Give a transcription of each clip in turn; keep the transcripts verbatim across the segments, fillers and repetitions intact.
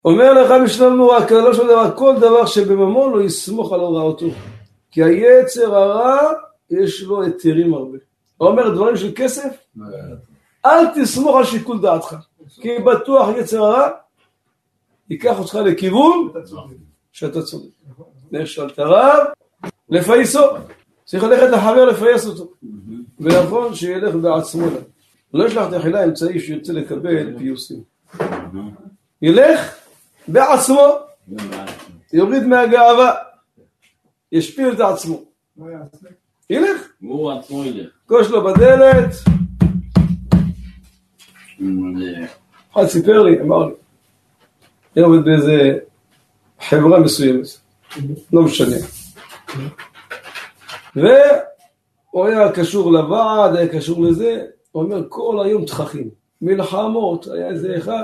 אומר לך משלמה, הכללה של דבר, כל דבר שבממון לא יסמוך על הוראותו. כי היצר הרע יש לו היתרים הרבה. הוא אומר דברים של כסף, אל תסמוך על שיקול דעתך. כי בטוח יצר הרע ייקח אותך לכיוון שאתה צודק. נשאלת הרב, לפייסו. צריך ללכת לחבר לפייס אותו. ונכון שילך בעצמו. לא ישלח את החילה אמצעי שירצה לקבל פיוסים. ילך בעצמו. יוריד מהגאווה. ישפיל את עצמו. ילך. הוא עצמו ילך. קוש לו בדלת. אחד סיפר לי, אמר לי. אני עובד באיזה חברה מסוימת. לא משנה. והוא היה קשור לוועד, היה קשור לזה. הוא אומר, כל היום תככים. מלחמות, היה איזה אחד.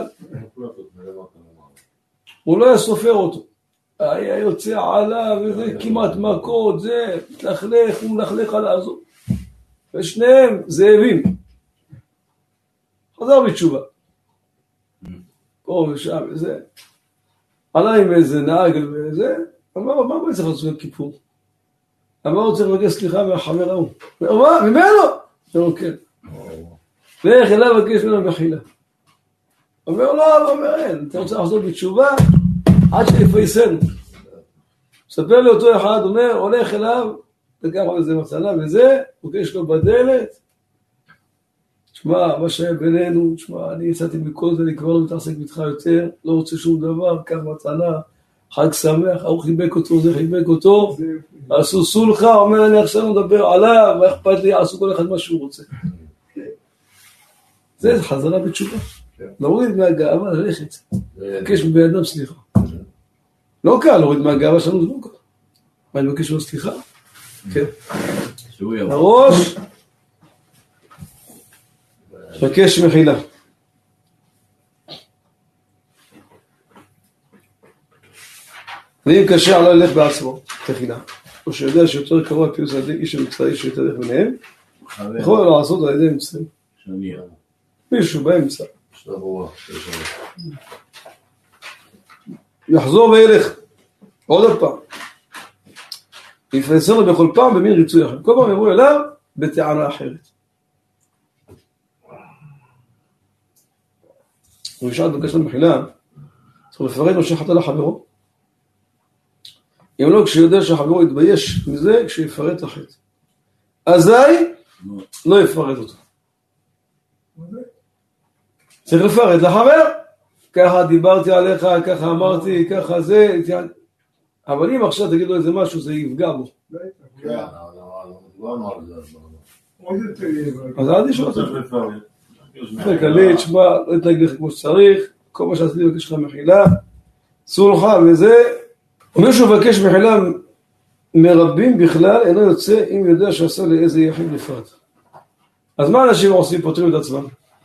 הוא לא היה סופר אותו. היה יוצא עליו, וזה כמעט מכות, זה, תלכלך, הוא מלכלך על הזו. ושניהם זאבים. חזר בתשובה. פה ושם וזה. עלה עם איזה נהג וזה. אמר, מה מה צריך לעשות כיפור? אמר, הוא צריך לבקש סליחה מהחבר ההוא. אמר, מה? ממנו? אמר, כן. ואיך אליו לבקש ממנו מחילה. אומר, לא, לא, אומר, אין. אתה רוצה לחזור בתשובה? עד שיפייסנו. מספר לי אותו אחד, אומר, הולך אליו, תקח לו איזה מצלה וזה, פוגש לו בדלת. תשמע, מה שהיה בינינו, תשמע, אני יצאתי מכל זה, אני כבר לא מתעסק איתך יותר, לא רוצה שום דבר, קח מתנה, חג שמח, הוא חיבק אותו, זה חיבק אותו, עשו סולחה, אומר, אני עכשיו מדבר עליו, מה אכפת לי, עשו כל אחד מה שהוא רוצה. זה חזרה בתשובה. להוריד מהגאווה ללכת, לבקש מבן אדם סליחה. לא קל, להוריד מהגאווה שלנו זה לא קל. מה, אני מבקש לו סליחה? כן. הראש, מבקש מחילה. ואם קשה, לא ילך בעצמו, תחילה. או שיודע שיותר קרוב הפיוס על ידי איש המצרי שיתהלך ביניהם, יכול לו לעשות על ידי מצרים. מישהו באמצע. יחזור וילך. עוד פעם. יפייסר לו בכל פעם במין ריצוי אחר. כל פעם יבוא אליו בטענה אחרת. הוא ישאל בקש למחילה, צריך לפרט לו שחטא לחברו. אם לא, כשיודע שהחברו יתבייש מזה, כשיפרט החטא. אזי לא יפרט אותו. צריך לפרט לחבר. ככה דיברתי עליך, ככה אמרתי, ככה זה. אבל אם עכשיו תגיד לו איזה משהו, זה יפגע בו. אז עדי שלא צריך לפרט. קליט, שמע, לא יתנהג לך כמו שצריך, כל מה שעשיתי לבקש לך מחילה, סולחה וזה. ומישהו מבקש מחילה מרבים בכלל, אינו יוצא אם יודע שעשה לאיזה יחיד לפרט. אז מה אנשים עושים? פותרים את עצמם.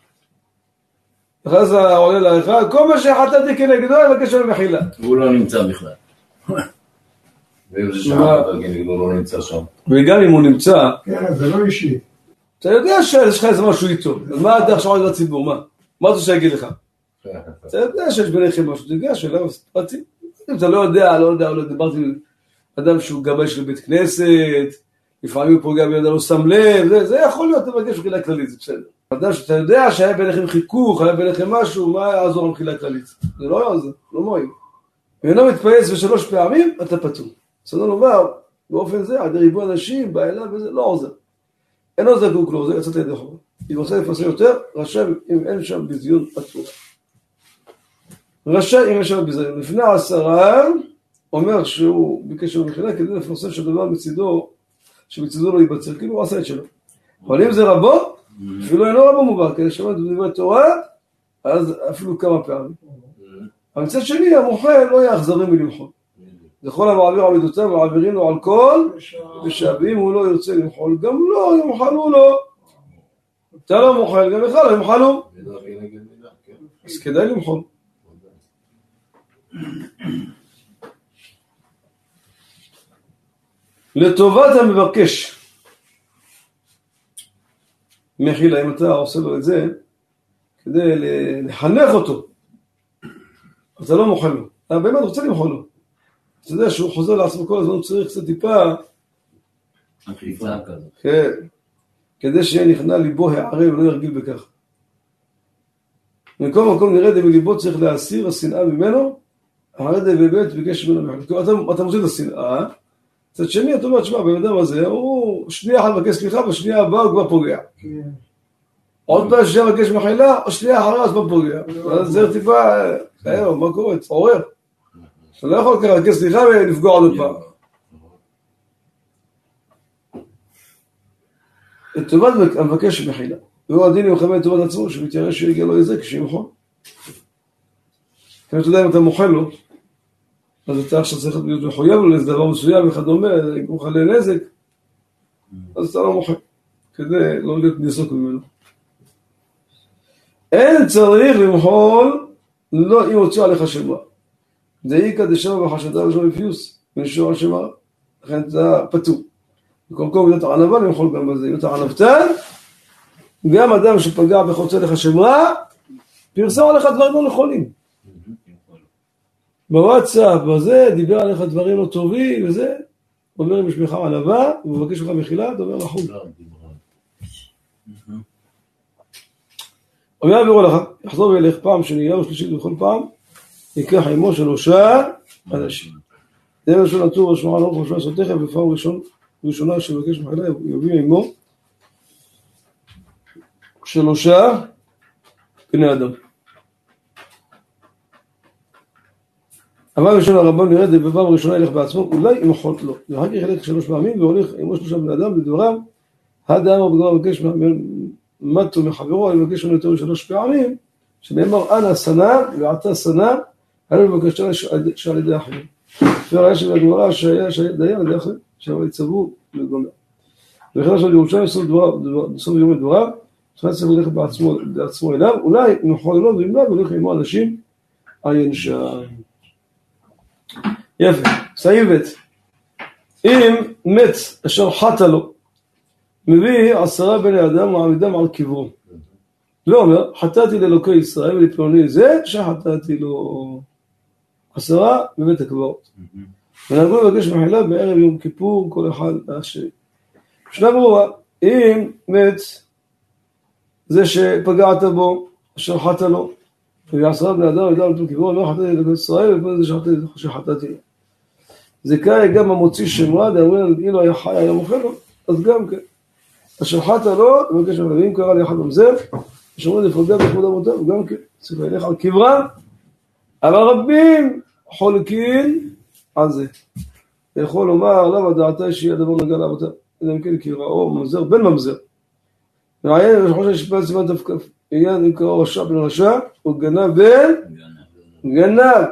אחרי זה עולה לאחד, כל מה שחטאתי כנגדו, אני מבקש לו מחילה. הוא לא נמצא בכלל. ואם זה שחטאתי כנגדו, לא נמצא שם. וגם אם הוא נמצא, כן, זה לא אישי. אתה יודע שיש לך איזה משהו איתו, אז מה אתה עכשיו עוד לציבור, מה? מה אתה שיגיד לך? אתה יודע שיש ביניכם משהו, אתה יודע שאלה פרטי. אם אתה לא יודע, לא יודע, לא דיברתי עם אדם שהוא גבש לבית כנסת, לפעמים הוא פוגע בידע לא שם לב, זה יכול להיות, אתה מבקש מחילה כללית, זה בסדר. אדם שאתה יודע שהיה ביניכם חיכוך, היה ביניכם משהו, מה יעזור למחילה כללית? זה לא יעזור, לא מועיל. אם אינו מתפייס בשלוש פעמים, אתה פטור. בסדר לומר, באופן זה, עד ריבוי אנשים, בא אליו וזה, לא עוזר. אינו זקוק לו, זה יצאת ידי חובה. אם רוצה לפסה יותר, רשם אם אין שם בזיון פטור. רשם אם אין שם בזיון. לפני עשרה, אומר שהוא ביקש לו מחילה, כדי לפרסם שדבר מצידו, שמצידו לא ייבצר, כאילו הוא עשה את שלו. אבל אם זה רבו, אפילו אינו רבו מובן, כדי שמעת בדברי תורה, אז אפילו כמה פעמים. אבל מצד שני, המוחל לא יהיה אכזרי מלמחול. לכל המעביר עמידותיו ומעבירים לו על כל, ושאבים הוא לא ירצה למחול, גם לא ימחלו לו. אתה לא מוחל, גם לך לא ימחלו. אז כדאי למחול. לטובת המבקש. מחילה, אם אתה עושה לו את זה, כדי לחנך אותו. אתה לא מוחל לו. אתה באמת רוצה למחול לו. אתה יודע שהוא חוזר לעצמו כל הזמן, הוא צריך קצת טיפה. אכיפה כזאת. כן. כדי שיהיה נכנע ליבו הערב ולא ירגיל בכך. מכל מקום נראה די בליבו צריך להסיר השנאה ממנו, הרי די באמת ביקש ממנו מחלק. אתה, אתה מוציא את השנאה, קצת שני אתה אומר, תשמע, בן אדם הזה, הוא שנייה אחת מבקש סליחה, בשנייה הבאה הוא כבר פוגע. עוד פעם שנייה מבקש מחילה, או שנייה אחריה אז כבר פוגע. אז זה טיפה, היום, מה קורה? תעורר. אתה לא יכול ככה לבקש סליחה ולפגוע עוד פעם. את טובת המבקש מחילה. והוא הדין עם מכוון טובת עצמו, שמתיירא שיגיע לו איזה כשימחול. כי אתה יודע אם אתה מוחל לו, אז אתה עכשיו צריך להיות מחויב לו לאיזה דבר מסוים, וכדומה, אם הוא חלה נזק, אז אתה לא מוחל, כדי לא להיות נסוק ממנו. אין צריך למחול, לא אם הוציא עליך שם רע. דאיקא דשמא בחשדה ושמא בפיוס, ונשור על שם רע. לכן אתה פטור. בכל מקום מידת הענבה, למחול גם בזה. אם אתה ענבתן, גם אדם שפגע וחוצה לך שם רע, פרסם עליך דברים לא נכונים. בוואטסאפ, בזה, דיבר עליך דברים לא טובים, וזה, אומר עם משפחה ענבה, הוא מבקש לך מחילה, דבר לחוד. אומר יעבירו לך, יחזור וילך פעם שנייה ושלישית בכל פעם, יקח עמו שלושה אנשים. זה ראשון נטור, השמרה נורך ושמרה סותכם, ופעם ראשון, ראשונה שמבקש מחילה, יביא עמו שלושה בני אדם. אבל ראשון הרמב"ם נרד, ובפעם הראשונה ילך בעצמו, אולי אם אכולת לו. ואחר כך ילך שלוש פעמים, והולך עמו שלושה בני אדם בדבריו, האדם בדבריו מבקש מתו מחברו, אני מבקש ממנו יותר משלוש פעמים, שנאמר אנא שנא ועתה שנא, היה מבקשת שעל ידי אחרים. והיה שבגמרא שהיה דיין על ידי אחרים, שהיו יצבו לגומר. וכן עכשיו ירושלים בסוף יום לדבריו, צריך ללכת בעצמו אליו, אולי אם יכול לו ואם לא, הולך עמו אנשים עין שם. יפה, סעיבת. אם מת אשר חטא לו, מביא עשרה בני אדם ומעמידם על קברו. ואומר, חטאתי לאלוקי ישראל ולפלוני זה, שחטאתי לו עשרה בבית הקברות. ונהגו לבקש מחילה בערב יום כיפור, כל אחד השני. משנה ברורה, אם מת זה שפגעת בו, אשר חטא לו, ועשרה בני אדם ידעו לתום קברו, לא חטאתי לאלוקי ישראל ולפלוני זה שחטאתי לו. זה כאי גם המוציא שם רע, דאמרים, אילו היה חי היה מוכל לו, אז גם כן. אשר חטא לו, מבקש מחילה, ואם קרא לי אחד ממזר, שאומרים לפגע בכבוד אבותיו, וגם כן, צריך ללך על קברה, אבל רבים חולקים על זה. יכול לומר, למה דעתה שיהיה הדבר נגע לאבותיו, אלא אם כן קראו ממזר, בן ממזר. ועיין, אני חושב ששפעת סימן תפקף, עיין אם קראו רשע בן רשע, הוא גנב בן, גנב.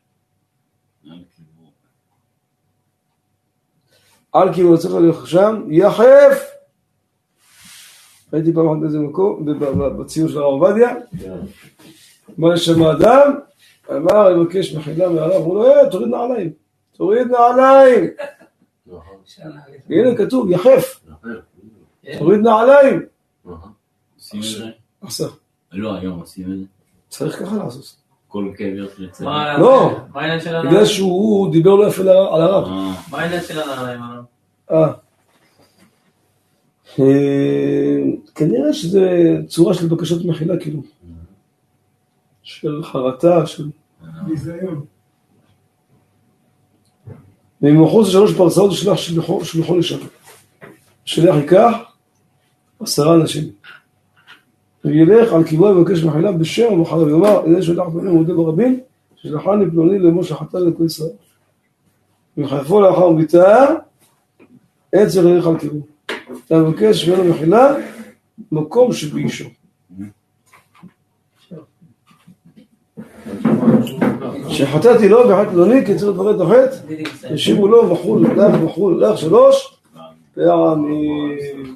על קברה צריך ללך שם, יחף. הייתי פעם אחת באיזה מקום, בציון של הרב עובדיה, מה לשם האדם, אמר, אני מבקש מחילה מהרב, הוא לא, תוריד נעליים, תוריד נעליים. הנה כתוב, יחף, תוריד נעליים. עושים את זה? עשה. לא, היום עושים את זה. צריך ככה לעשות. כל קבר של צבא. לא, מה העניין של הנעליים? בגלל שהוא דיבר לא יפה על הרב. מה העניין של הנעליים? אה. כנראה שזה צורה של בקשות מחילה כאילו, של חרטה, של ביזיון. ואם מחוץ לשלוש פרסאות שלח שלוחו לשם, שלח ייקח עשרה אנשים וילך על קברה ובקש מחילה בשם המחלה ויאמר, איזה שלח פלוני מודה ברבים שלחני פלוני לאמור שחטא לכל ישראל וחלפו לאחר ביתה אין צריך ללך על קברה. אתה מבקש ממנו מחילה, מקום שבאישו. שחטאתי לו וחטאתי פלוני, כי צריך לפרט את החטא, ישיבו לו וחול לך וחול לך שלוש, פעמים.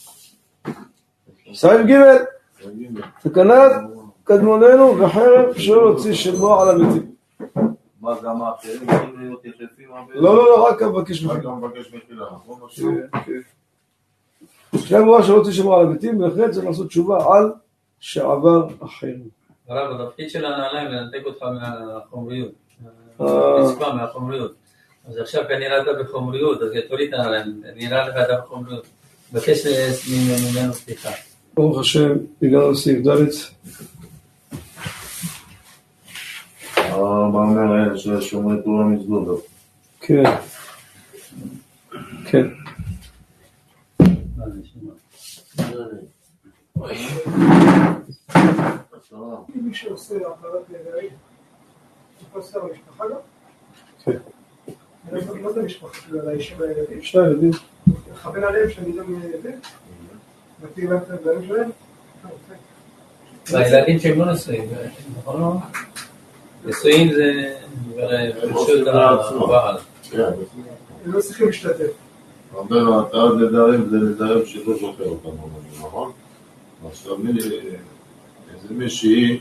סעיף ג' תקנת קדמוננו וחרב שלא הוציא שמו על המתים. מה גם האחרים יכולים להיות יחפים? לא, לא, לא, רק מבקש מחילה. רק מבקש מחילה, נכון? שם רואה שלא תשמע על המתים, ואחרי צריך לעשות תשובה על שעבר אחר. הרב, התפקיד של הנעליים לנתק אותך מהחומריות. אה. מספר מהחומריות. אז עכשיו כנראה אתה בחומריות, אז תוריד את הנעליים, נראה לך אתה בחומריות. מבקש ממנו סליחה. ברוך השם, הגענו לסעיף ד'. הרב אומר ששומרי תורה מסגודו. כן. כן. מה זה שמע? אם מי שעושה הפרדת נדרים, הוא עושה במשפחה גם? כן. מה זה משפחה של האישים והילדים? שני ילדים. לכוון עליהם שאני גם ילדים? נתיר להם את הדברים שלהם? והילדים שהם לא נשואים, נכון לא? נשואים זה פשוט הבעל. הם לא צריכים להשתתף. הרבה מהתרת נדרים זה נדרים שלא זוכר אותם, נכון? עכשיו איזה מישהי,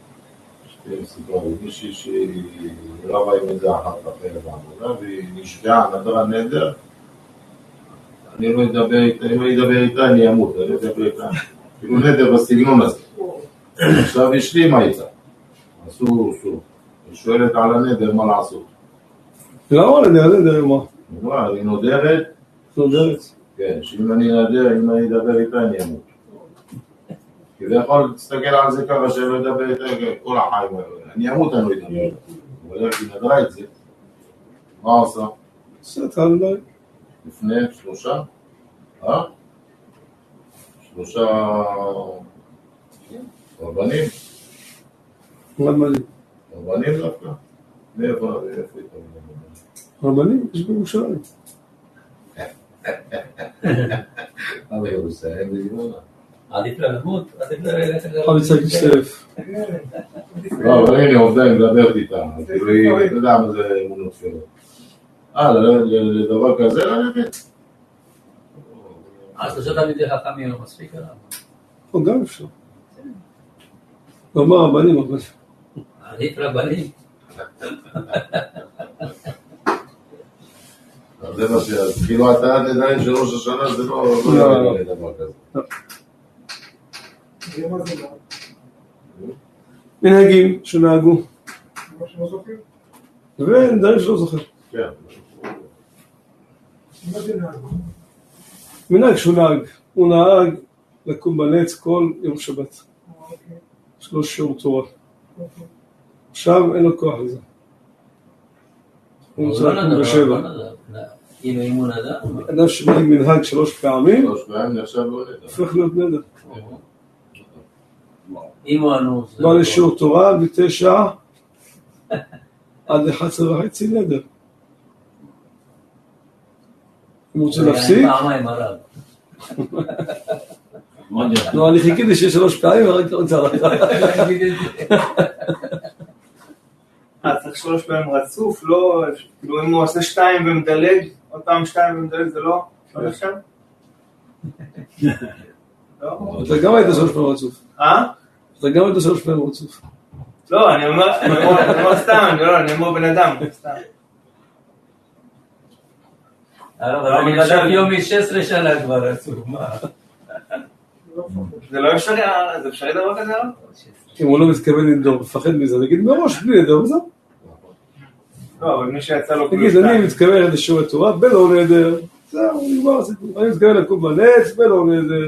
מישהי שהיא רבה עם איזה אחת אחרת בעבודה, והיא נשבעה, נדרה נדר, אני לא אדבר איתה, אם אני אדבר איתה אני אמות, אני לא אדבר איתה, כאילו נדר בסגנון הזה. עכשיו השלימה איתה, אסור, אסור. היא שואלת על הנדר מה לעשות. למה נדר, נדר מה? היא נודרת, נודרת. כן, שאם אני נדר, אם אני אדבר איתה אני אמות. כי זה יכול להסתכל על זה ככה שאני לא אדבר איתה כל החיים האלה. אני אמות, אני לא אדבר איתה. אבל איך היא נדרה את זה? מה עושה? עושה את הנדרים. לפני שלושה? אה? שלושה... רבנים? רבנים. רבנים דווקא? מאיפה איפה איתה? רבנים? יש בירושלים. אבל ירושלים זה דימונה. עדיף ללמוד, עדיף ללכת ללמוד. חבי צריך להצטרף. לא, אבל הנה עובדה, היא מדברת איתה. כאילו היא, אתה יודע מה זה אמונות שלו. אה, לדבר כזה ללכת? אז שלושה תלמידי חכמים לא מספיק עליו. או גם אפשר. לא מה רבנים, אבל... עדיף רבנים. זה מה ש... כאילו אתה נדעים של ראש השנה זה לא... לא דבר כזה. זה מה זה מה? מנהגים שנהגו. מה שלא זוכרים? ונדרים שלא זוכר. כן. מה זה נהגו? מנהג שהוא נהג. הוא נהג לקום בנץ כל יום שבת. אוקיי. שלוש שיעור תורה. אוקיי. עכשיו אין לו כוח לזה. הוא רוצה לקום בשבע. כאילו אם הוא נדע? אדם שנהג מנהג שלוש פעמים, שלוש פעמים נחשב לא נדע. הופך להיות נדר. אם הוא אנוס. בא לשיעור תורה בתשע עד אחת עשרה וחצי נדר. אם הוא רוצה להפסיק, פעמיים הרב. לא, אני חיכיתי שיש שלוש פעמים, ורק לא רוצה לך. אה, צריך שלוש פעמים רצוף, לא, כאילו אם הוא עושה שתיים ומדלג, עוד פעם שתיים ומדלג, זה לא, לא נחשב? לא? אתה גם היית שלוש פעמים רצוף. אה? אתה גם היית שלוש פעמים רצוף. לא, אני אומר, אני אומר סתם, אני לא, אני אומר בן אדם, סתם. הרב, אני נדע יום מ-שש עשרה שנה כבר רצוף, מה? זה לא אפשרי, זה אפשרי דבר כזה, לא? אם הוא לא מתכוון לנדור, מפחד מזה, נגיד מראש, בלי נדר, וזהו. לא, אבל מי שיצא לו... נגיד, אני מתכוון לשיעורי תורה, בלא נדר, זהו, נגמר הסיפור. אני מתכוון לקום בנץ, בלא נדר.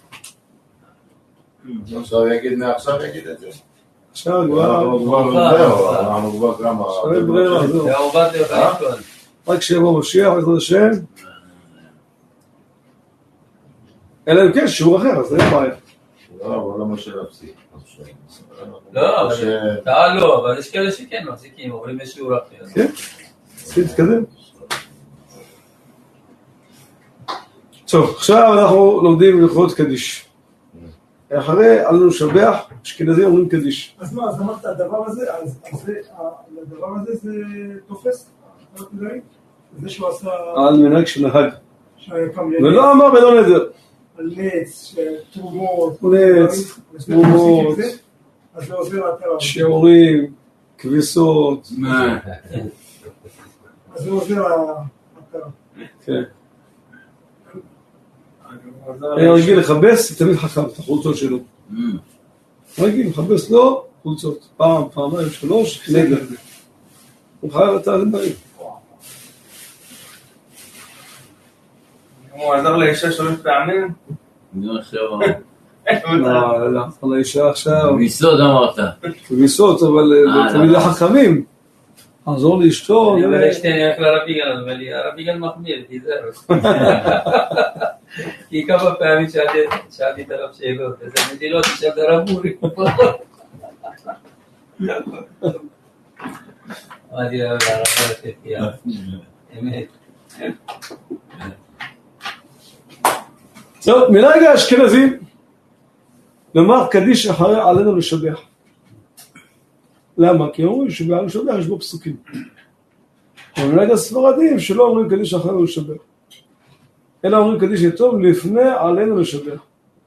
עכשיו יגיד, מעכשיו יגיד את זה. עכשיו כבר... אנחנו כבר זהו, אנחנו כבר כמה... עכשיו אין ברירה, זהו. זה עובד לך כל. רק שיבוא משיח, בעזרת השם. אלא אם כן, שיעור אחר, אז זה לא בעיה. לא, אבל למה שנפסיק? לא, אבל אתה לא, אבל יש כאלה שכן מחזיקים, עוברים בשיעור אחר. כן, צריכים להתקדם. טוב, עכשיו אנחנו לומדים הלכות קדיש. אחרי עלינו לשבח, אשכנזים אומרים קדיש. אז מה, אז אמרת, הדבר הזה, אז הדבר הזה זה תופס? זה שהוא עשה... על מנהג שנהג. שקם לנץ. ולא אמר ולא נדר. על נץ, תרומות. נץ, תרומות. אז זה עוזר להתרה. שיעורים, כביסות. אז זה עוזר להתרה. כן. היה רגיל לחבס, תמיד חכם, את החולצות שלו. רגיל, לחבס לו, חולצות. פעם, פעמיים, שלוש, נגד. הוא חייב את הדברים. הוא עזר לאישה שלוש פעמים? לא עכשיו... לא, לא, על האישה עכשיו... ביסוד אמרת. ביסוד, אבל תמיד לחכמים. עזור לאשתו... אני אומר אשתי, אני הולך לרב יגאל, אבל הרב יגאל מחמיר, תיזהר. כי כמה פעמים שאלתי את הרב שאלות, וזה מדינות, תשאל את הרב מורי. אמרתי לה, הרב הרב אמת. טוב, מנהג האשכנזים, לומר קדיש אחרי עלינו לשבח. למה? כי אומרים שבעל לשבח יש בו פסוקים. אבל מנהג הספרדים שלא אומרים קדיש אחרינו לשבח. אלא אומרים קדיש יתום לפני עלינו לשבח.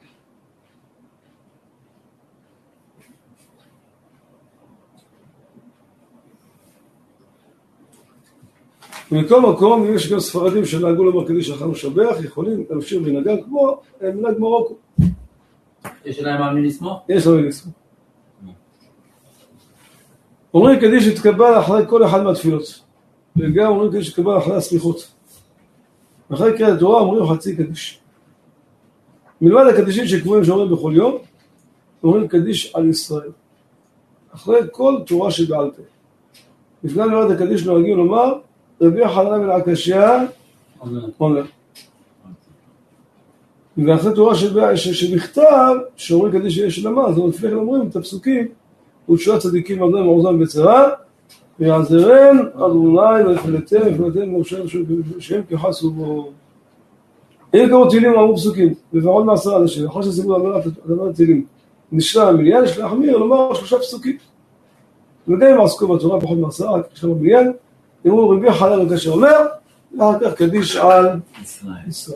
ומכל מקום, יש גם ספרדים שנהגו לומר קדיש אחרינו לשבח, יכולים להמשיך מנהגם כמו מנהג מרוקו. יש להם על מי לסמוך? יש להם מי לסמוך. אומרים קדיש יתקבל אחרי כל אחד מהתפילות. וגם אומרים קדיש יתקבל אחרי הסליחות. אחרי קריאת התורה אומרים חצי קדיש. מלבד הקדישים שקבועים שאומרים בכל יום, אומרים קדיש על ישראל. אחרי כל תורה שבעל פה. לפני מלבד הקדיש נוהגים לומר, רבי חנניה בן עקשיא, אומר. ואחרי תורה שבכתב, שאומרים קדיש שיש שלמה, אז לפני כן אומרים את הפסוקים, ותשועת צדיקים עבדם מעוזם בצרה, ויעזרן אדוני ויפלטם ויפלטם משה שהם כחסו בו. אין כמו תהילים אמרו פסוקים, לפחות מעשרה אנשים, אחרי שסיפרו אמרת תהילים, נשלח המניין, נשלח אמיר, לומר שלושה פסוקים. וגם אם עסקו בתורה פחות מעשרה, נשלח המניין, אמרו רבי חנניה בן עקשיא אומר, ואחר כך קדיש על ישראל.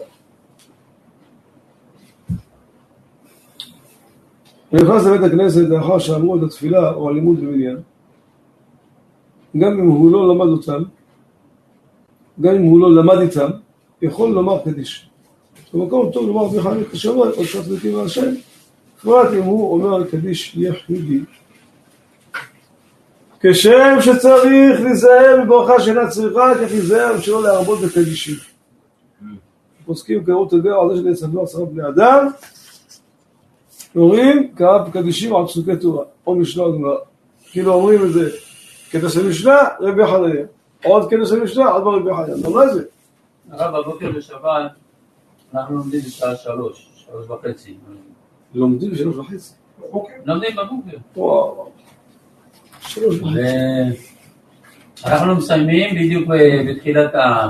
ונכנס לבית הכנסת לאחר שאמרו את התפילה או הלימוד במניין, גם אם הוא לא למד אותם, גם אם הוא לא למד איתם, יכול לומר קדיש. במקום טוב לומר רבי חנניה בן עקשיא אומר, עוד שעת צדיקים מהשם, בפרט אם הוא אומר קדיש יחידי. כשם שצריך להיזהר בברכה שאינה צריכה, כך להיזהר שלא להרבות בקדישים. פוסקים קראו תגר על זה שנצטרכו עשרה בני אדם, אומרים קרא קדישים על פסוקי תורה, או משנה או גמרא. כאילו אומרים את זה, קטע של משנה, רבי חנניה. עוד קטע של משנה, עוד רבי חנניה. מה זה? הרב, בבוקר בשבת, אנחנו לומדים בשעה שלוש, שלוש וחצי. לומדים בשלוש וחצי? לומדים בבוקר. וואו. שלוש וחצי. אנחנו מסיימים בדיוק בתחילת ה...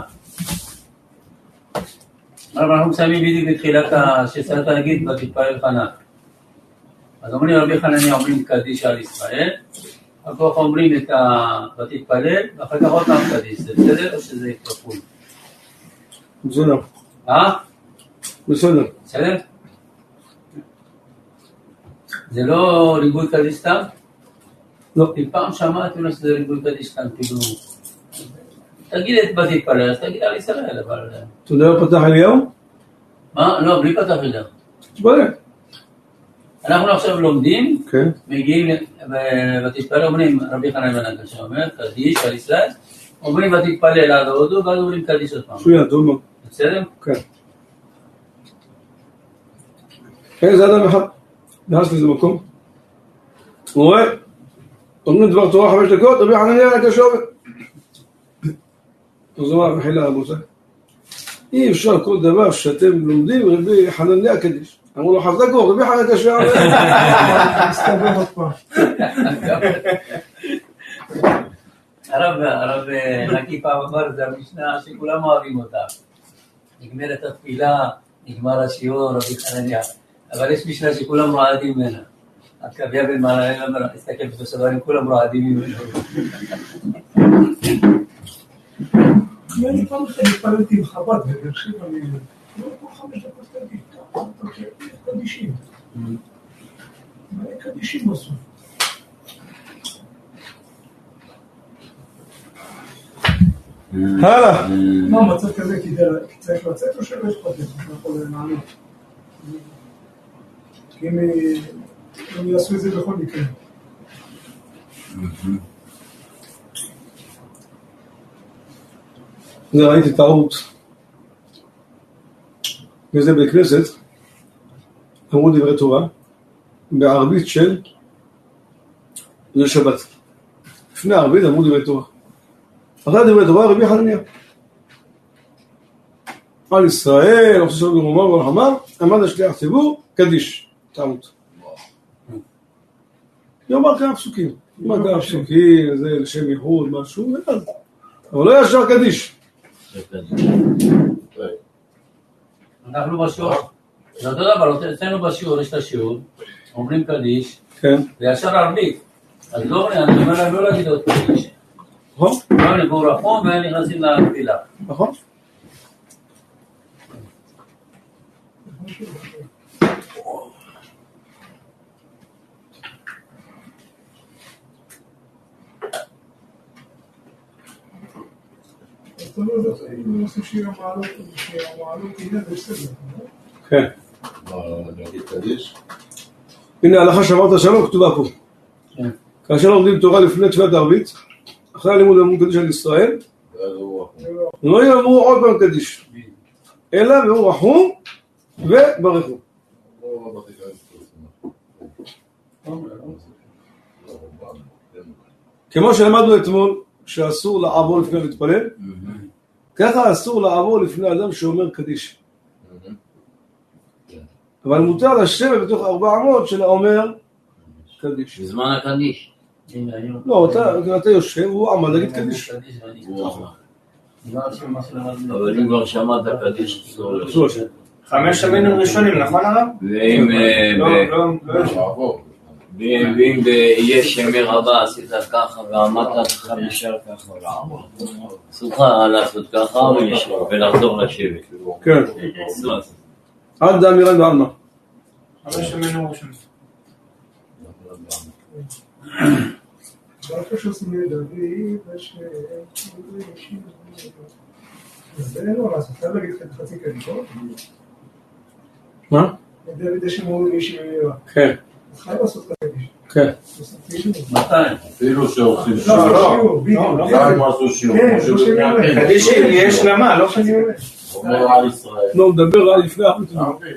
אנחנו מסיימים בדיוק בתחילת ה... שצריך להגיד ותתפלל חנה. אז אומרים רבי חנניה אומרים קדיש על ישראל, אחר כך אומרים את ה... ותתפלל, ואחר כך עוד פעם קדיש. זה בסדר או שזה כפול? בסדר. אה? בסדר. בסדר? זה לא ריבוי קדיש סתם? לא. כי פעם שמעתי אולי שזה ריבוי קדיש סתם, כאילו... תגיד את ותתפלל, אז תגיד על ישראל, אבל... אתה יודע מה פתח אליהו? מה? לא, בלי פתח אליהו. תתפלל. אנחנו עכשיו לומדים, כן. מגיעים ותתפלל, אומרים רבי חנניה בן עקשיא אומר, קדיש על ישראל, אומרים ותתפלל עד ההודו, ואז אומרים קדיש עוד פעם. שוי, טוב מאוד. בסדר? כן. כן, זה אדם אחד. נעש לזה מקום. הוא רואה, אומרים דבר תורה חמש דקות, רבי חנניה בן עקשיא אומר. אז הוא אמר, מחילה רבותיי. אי אפשר כל דבר שאתם לומדים רבי חנניה קדיש. אמרו לו חזקו, רבי חנניה קדיש. מסתבר עוד פעם. הרב נקי פעם אמר, זה המשנה שכולם אוהבים אותה. נגמרת התפילה, נגמר השיעור, רבי חנניה. אבל יש משנה שכולם רועדים ממנה. הקביע בן מעלה, אומר, הסתכל בסברים, כולם רועדים ממנו. אני פעם אחת התפללתי עם חב"ד בבאר שבע, אני לא כל חמש דקות תגיד, קדישים. מה קדישים עשו? הלאה. מה מצב כזה כדי צריך לצאת או שלא אכפת לך? אתה יכול לענות. כי הם יעשו את זה בכל מקרה. זה ראיתי טעות. וזה בכנסת, אמרו דברי תורה, בערבית של זה שבת. לפני הערבית אמרו דברי תורה. אחרי דברי תורה רבי חנניה. על ישראל, עושה שלום במרומה ולחמה, עמד השליח ציבור, קדיש. טעות. יאמר כמה פסוקים. מה כמה פסוקים, זה לשם ייחוד, משהו, ואז. אבל לא ישר קדיש. אנחנו בשיעור, זה אותו דבר, אצלנו בשיעור, יש את השיעור, אומרים קדיש, וישר ערבית. אז לא, אני אומר להם לא להגיד עוד קדיש. נכון? לא, נבואו רחום והם נכנסים לתפילה. נכון? אתה לא יודע, אם עושים שיר המעלות, שיר המעלות, הנה זה בסדר, לא? כן. נגיד קדיש? הנה ההלכה שאמרת שלום כתובה פה. כאשר לומדים תורה לפני תפילת הערבית, אחרי הלימוד אמרו קדיש על ישראל, לא יאמרו עוד פעם קדיש, אלא יאמרו רחום וברכו. כמו שלמדנו אתמול, שאסור לעבור לפני להתפלל, ככה אסור לעבור לפני אדם שאומר קדיש. אבל מותר לשבת בתוך ארבע אמות של האומר קדיש. בזמן הקדיש. לא, אתה יושב, הוא עמד להגיד קדיש. אבל אם כבר שמעת קדיש, חמש שנים ראשונים, נכון הרב? ואם ואם יש שמי רבה עשית ככה ועמדת חמישה ככה לעמוד. אסור לעשות ככה ולחזור לשבת. כן. עד דאמירן בעלמא. חמש שנים ראשונים. ברכה שעושים לדוד, זה לא לעשות, חייב להגיד חצי קדישות. מה? לדוד יש אמרו אישי ומירה. כן. אז חייב לעשות קדיש. כן. מתי? אפילו שעושים לא, שיעור. לא, שיעור, לא, לא, לא עשו שיעור. כן, לא שיעור. קדיש יהיה שלמה, לא חצי. אומר על ישראל. לא, מדבר על לפני הערבית.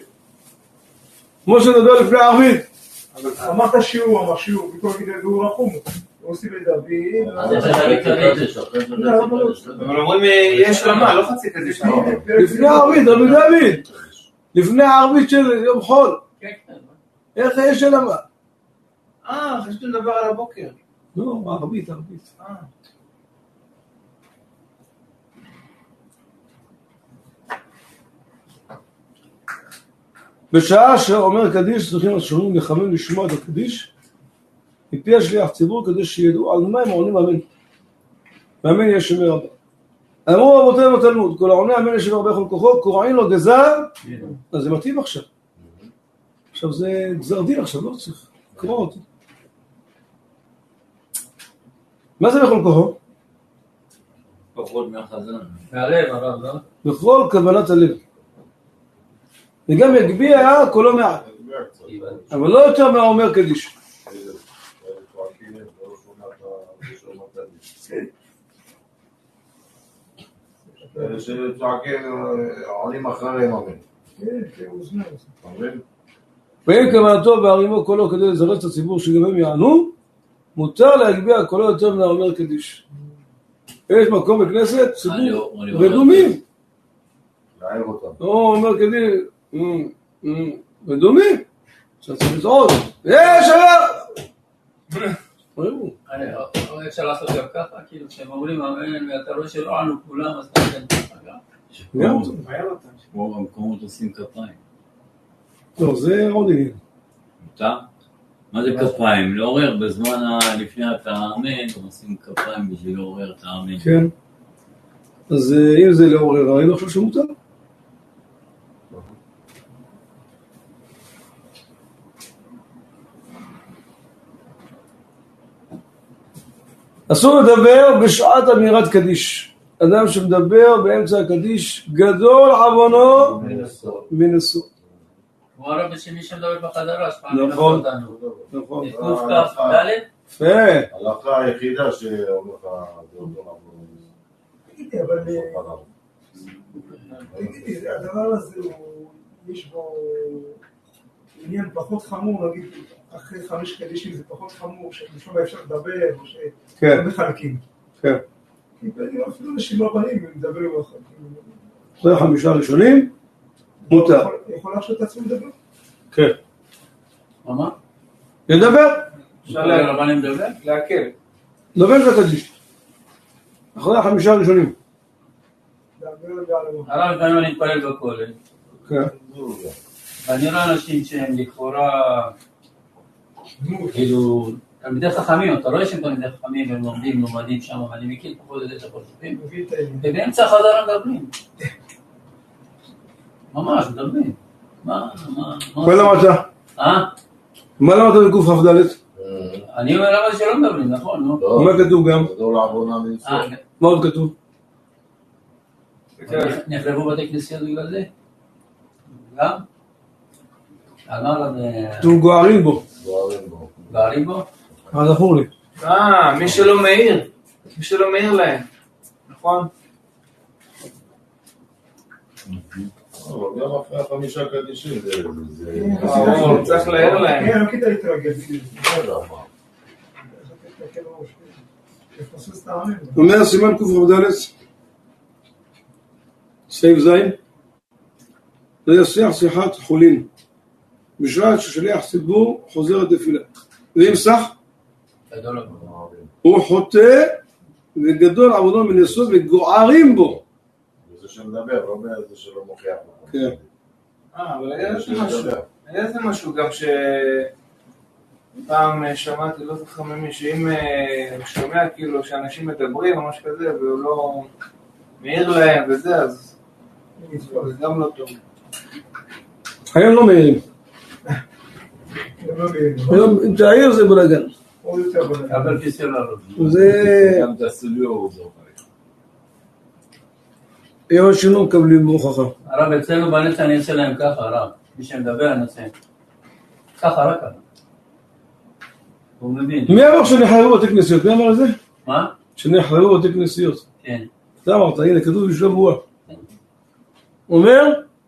כמו שנדבר לפני הערבית. אמרת שיעור, אמר שיעור, בכל גידל והוא רחום. הוא עושה לדוד. אז יש להגיד קדיש. אבל אומרים יהיה שלמה, לא חצי קדיש. לפני הערבית, רבי דוד. לפני הערבית של יום חול. איך יש שלמה? אה, חשבתי לדבר על הבוקר. לא, ערבית, ערבית. בשעה שאומר קדיש, צריכים השומעים לחמם לשמוע את הקדיש, מפי השליח ציבור כדי שידעו על מה הם עונים אמן. ואמן יש שמי רבה. אמרו רבותינו בתלמוד, כל העונה אמן יש שמי רבה יכול כוחו, קוראים לו גזר, אז זה מתאים עכשיו. עכשיו זה גזר דין עכשיו, לא צריך לקרוא אותי. מה זה בכל כוחו? פחות מהחזן. מהלב, הרב, לא? בכל כוונת הלב. וגם יגביע קולו מעט. אבל לא יותר מהאומר קדיש. אלה שצועקים עולים אחריהם אמן. כן, כן, הוא זמן. אמן? ואם כוונתו והרימו קולו כדי לזרז את הציבור שגם הם יענו, מותר להגביע קולו יותר מהאומר קדיש. יש מקום בכנסת, ציבור רדומים. להעיר אותם. הוא אומר קדיש, רדומים. שצריך לזעוד. יש עליו! אפשר לעשות גם ככה, כאילו כשהם אומרים אמן ואתה רואה שלא ענו כולם, אז אתה נותן ככה גם. כמו במקומות עושים כפיים. לא, זה עוד עניין. מותר? מה זה כפיים? לעורר בזמן לפני האמן, עושים כפיים בשביל לעורר את האמן. כן. אז אם זה לעורר, אני לא חושב שמותר. אסור לדבר בשעת אמירת קדיש. אדם שמדבר באמצע הקדיש, גדול עוונו מנשוא. כמו הרב שמי שמדבר בחדרה, נכון, נכון. נקוף כף ד'? יפה. ההלכה היחידה שאומר לך, זה אותו לעבור. תגידי, אבל... תגידי, הדבר הזה הוא... יש בו עניין פחות חמור, נגיד, אחרי חמש קדישים זה פחות חמור, שבשום אפשר לדבר, או שלא מחלקים. כן. כי אפילו אנשים לא בנים, הם מדברים על חלקים. אחרי חמישה ראשונים, מותר. יכול להרשות את עצמו לדבר? כן. מה? לדבר. אפשר לרבנים לדבר? להקל. לדבר זה קדיש. אחרי החמישה הראשונים. הרב גם אני מתפלל בכולל. כן. ואני רואה אנשים שהם לכאורה, כאילו, תלמידי חכמים, אתה רואה שהם תלמידי חכמים והם לומדים, לומדים שם, ואני מכיר פחות את הפרצופים, ובאמצע החדר מדברים. ממש, מדברים. מה, מה, מה? מה למדת? אה? מה למדת בקוף כ"ד? אני אומר למה שלא מדברים, נכון, נו? מה כתוב גם? זה לא לעבונה מישראל. מה עוד כתוב? נחרבו בתי כנסיות בגלל זה? גם? כתוב גוערים בו. גוערים בו? מה זכור לי? אה, מי שלא מאיר. מי שלא מאיר להם. נכון? אבל גם אחרי החמישה קדישים זה... צריך להעיר להם. כן, לא כדאי להתרגל. אומר סימן קוף כ"ד סעיף זין, זה ישיח שיחת חולין בשעת ששליח ציבור חוזר לתפילה, ואם סח הוא חוטא וגדול עבודו מן יסוד וגוערים בו. זה שמדבר, לא אומר זה שלא מוכיח לו. כן. אה, אבל היה איזה משהו גם ש... פעם שמעתי, לא זוכר ממי, שאם הוא שומע כאילו שאנשים מדברים או משהו כזה והוא לא מעיר להם וזה, אז זה גם לא טוב. היום לא מעירים. היום אם תעיר זה בלגן. אבל כיסא לא. זה... היום שלא מקבלים בהוכחה. הרב, אצלנו בנצח אני אעשה להם ככה, הרב. מי שמדבר אני אעשה. ככה, רק ככה. הוא מבין. מי אמר שנחרבו בתי כנסיות? מי אמר את זה? מה? שנחרבו בתי כנסיות. כן. אתה אמרת, הנה, כתוב בשבוע. אומר,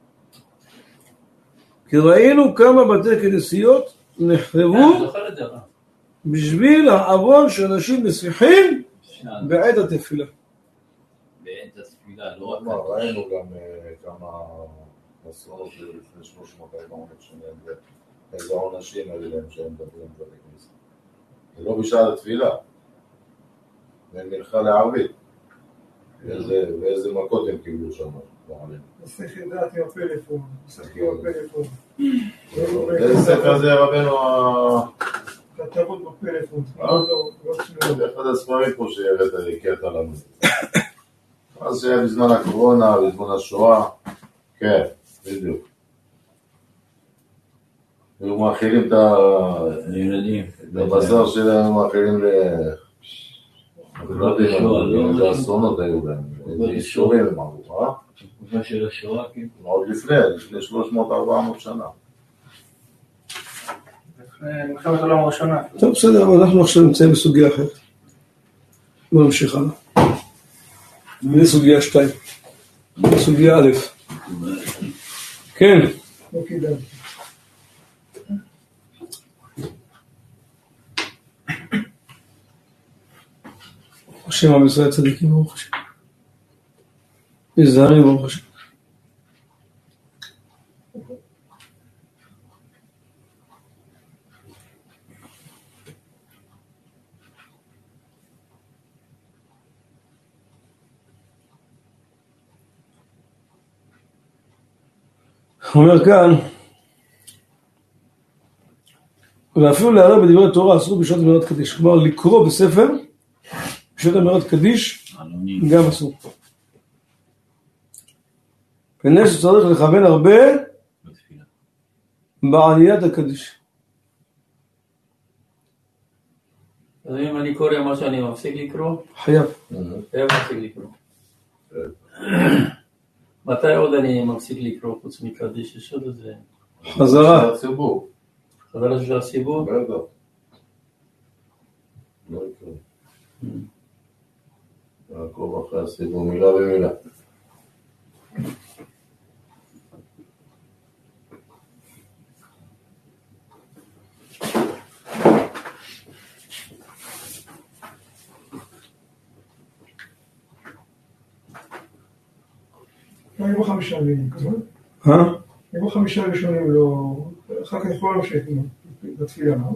כי ראינו כמה בתי כנסיות נחרבו בשביל העוון שאנשים מסיחים בעת התפילה. בעת התפילה, לא רק... ראינו גם כמה אסונות לפני שלוש מאות ארבעים שנים, איזה עונשים האלה להם שהם מדברים בתי כנסיות. זה לא בשעת התפילה, זה מלכה לערבית. ואיזה מכות הם קיבלו שם. מסך ידעת עם הפלאפון, מסך עם הפלאפון. איזה ספר זה רבנו ה... כתבות בפלאפון. זה אחד הספרים פה שהראית לי קטע לנו. אז שהיה בזמן הקורונה, בזמן השואה. כן, בדיוק. היו מאכילים את הילדים. את הבשר שלהם, מאכילים ל... לא יודע, איזה אסונות היו להם. איזה אישורים הם אמרו, אה? תקופה של השואה, כן. עוד לפני, לפני שלוש מאות ארבע מאות שנה. לפני מלחמת העולם הראשונה. טוב, בסדר, אבל אנחנו עכשיו נמצאים בסוגיה אחרת. בואו נמשיך הלאה. זה סוגיה שתיים. סוגיה א'. כן. לא כדאי. השם עם ישראל צדיקים ברוך השם. נזהרים ברוך השם. אומר כאן, ואפילו להערב בדברי תורה אסור בשעת אמירת קדיש, כלומר לקרוא בספר בשעת אמירת קדיש גם אסור. כנראה שצריך לכוון הרבה בעניית הקדיש. אז אם אני קורא מה שאני מפסיק לקרוא? חייב. חייב מפסיק לקרוא. מתי עוד אני מפסיק לקרוא חוץ מקדיש? יש עוד איזה... חזרה. הציבור. חזרה של הציבור? בטח. לא יקרה. לעקוב אחרי הסיבוב מילה במילה. היו בו חמישה מילים, נכון? אה? היו בו חמישה ראשונים, לא... אחר כך יכול להמשיך בתפילה, לא?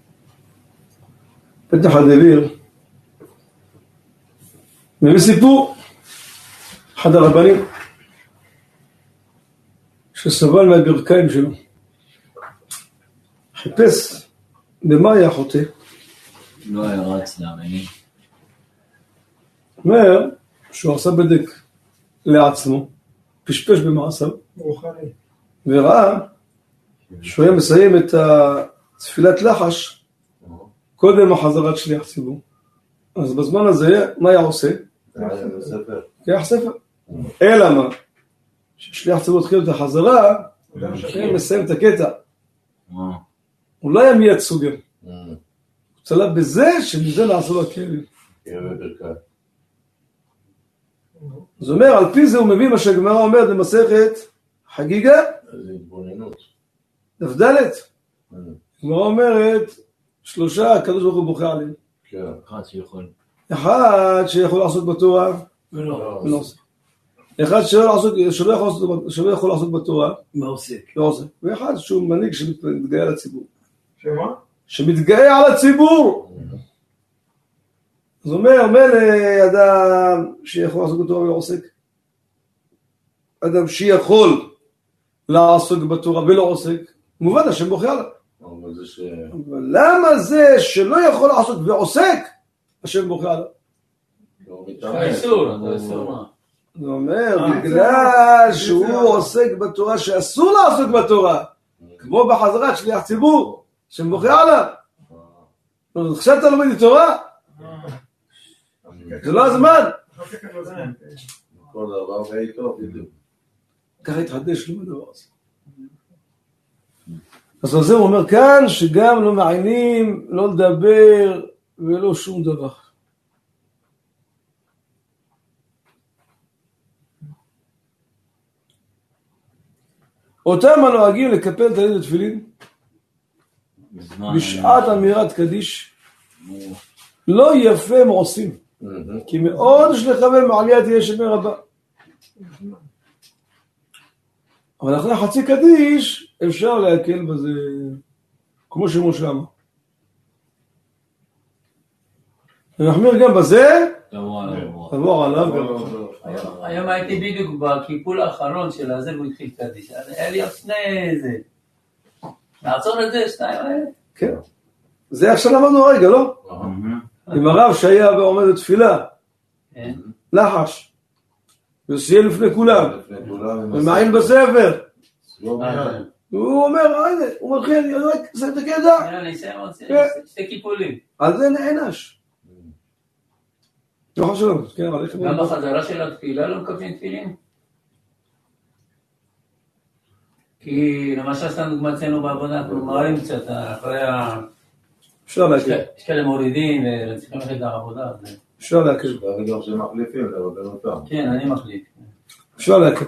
פתח הדביר, מביא סיפור, אחד הרבנים, שסבל מהברכיים שלו, חיפש במה היה חוטא. לא היה רץ להאמיני. אומר שהוא עשה בדק לעצמו, פשפש במעשיו, רוחני. וראה שהוא היה מסיים את תפילת לחש קודם החזרת שליח ציבור. אז בזמן הזה, מה היה עושה? היה ספר. אלא מה? ששליח ציבור התחיל את החזרה, הוא מסיים את הקטע. הוא לא היה מיד סוגר. הוא צלב בזה שמזה לעשו לכלים. זאת אומרת, על פי זה הוא מביא מה שהגמרא אומרת במסכת חגיגה. זה התבוננות. דף ד'. הגמרא אומרת, שלושה הקדוש ברוך הוא בוכה עליהם. כן. אחד שיכול. אחד שיכול לעסוק בתורה, ולא. ולא עושה. אחד שלא לעסוק, שלא יכול לעסוק, שלא יכול לעסוק בתורה, מה עוסק? לא עושה. ואחד שהוא מנהיג שמתגאה על הציבור. שמה? שמתגאה על הציבור. אז אומר, מלא אדם שיכול לעסוק בתורה ולא עוסק. אדם שיכול לעסוק בתורה ולא עוסק, מובן השם בוכה עליו. אבל זה ש... אבל למה זה שלא יכול לעסוק ועוסק, השם בוכה עליו? לא זה מתאמץ. אסור, זה אסור מה? זה אומר, בגלל שהוא עוסק בתורה שאסור לעסוק בתורה, כמו בחזרת שליח ציבור, השם בוכה עליו. עכשיו אתה לומד תורה? זה לא הזמן. כל דבר בעיתו, בדיוק. ככה התחדש לו בדבר הזה. אז על זה הוא אומר כאן, שגם לא מעיינים, לא לדבר, ולא שום דבר. אותם הנוהגים לקפל תלמיד בתפילין, בשעת אמירת קדיש, לא יפה הם עושים, כי מאוד יש לכוון מעליית תהיה שמי רבה. אבל אחרי חצי קדיש אפשר להקל בזה, כמו שמשה אמר. ונחמיר גם בזה, תבוא עליו. היום הייתי בדיוק בקיפול האחרון של הזה והוא התחיל קדיש. היה לי עוד שני איזה... לעצור את זה, שניים האלה? כן. זה עכשיו למדנו רגע, לא? עם הרב שהיה ועומד בתפילה. לחש. וסיים לפני כולם. ומעין בספר. הוא אומר, הנה, הוא מתחיל, אני רק אסיים את הקטע. אני אסיים עוד שתי קיפולים. על זה נענש. לא חשוב, כן, אבל איך... גם בחזרה של התפילה לא מקבלים תפילין? כי למשל סתם דוגמא אצלנו בעבודה, אנחנו מראים קצת אחרי ה... אפשר להקל. יש כאלה מורידים וצריכים ללכת לעבודה. אפשר להקל. זה גם שמחליפים, לרבן אותם. כן, אני מחליט. אפשר להקל.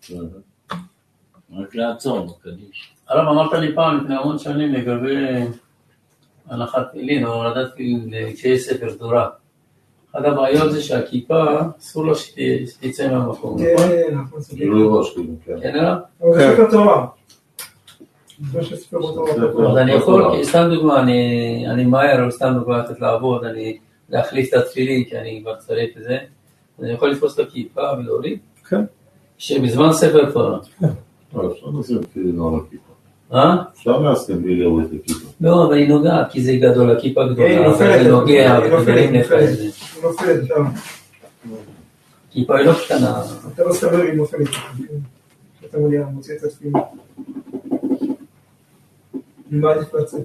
רק לעצור, קדיש. הרב, אמרת לי פעם לפני המון שנים לגבי הנחת תפילין או הורדת תפילין כשיש ספר תורה. אחת הבעיות זה שהכיפה אסור לו שתצא מהמקום, נכון? כן, גילוי ראש, כאילו, כן. כן, אלא? אבל זה ספר תורה. זה ספר תורה. אז אני יכול, סתם דוגמה, אני מהר, או סתם דוגמה לתת לעבוד, אני להחליף את התפילין, כי אני כבר צריך את זה, אז אני יכול לתפוס את הכיפה ולהוריד? כן. שבזמן ספר תורה. אפשר לשים תפילין על הכיפה. אה? אפשר להסכים בלי לראות את הכיפה. לא, אבל היא נוגעת, כי זה גדול, הכיפה גדולה, היא נופלת, זה נוגע, היא נופלת, ודברים היא נפלת. נופלת. היא נופלת שם. כיפה היא לא קטנה. אתה לא סבר היא נופלת. אתה מודיע, מוציא את התפילין. אני מעדיף לצאת.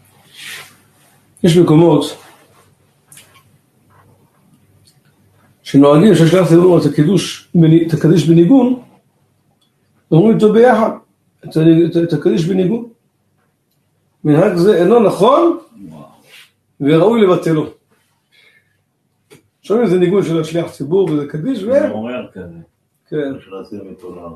יש מקומות שנוהגים שהשליח ציבור את הקידוש, את הקדיש בניגון, אומרים איתו ביחד, את, את, את הקדיש בניגון. מנהג זה אינו נכון, וראוי לבטלו. שומעים איזה ניגון של השליח ציבור וזה קדיש, זה אומר כזה. כן. אפשר לשים איתו לה.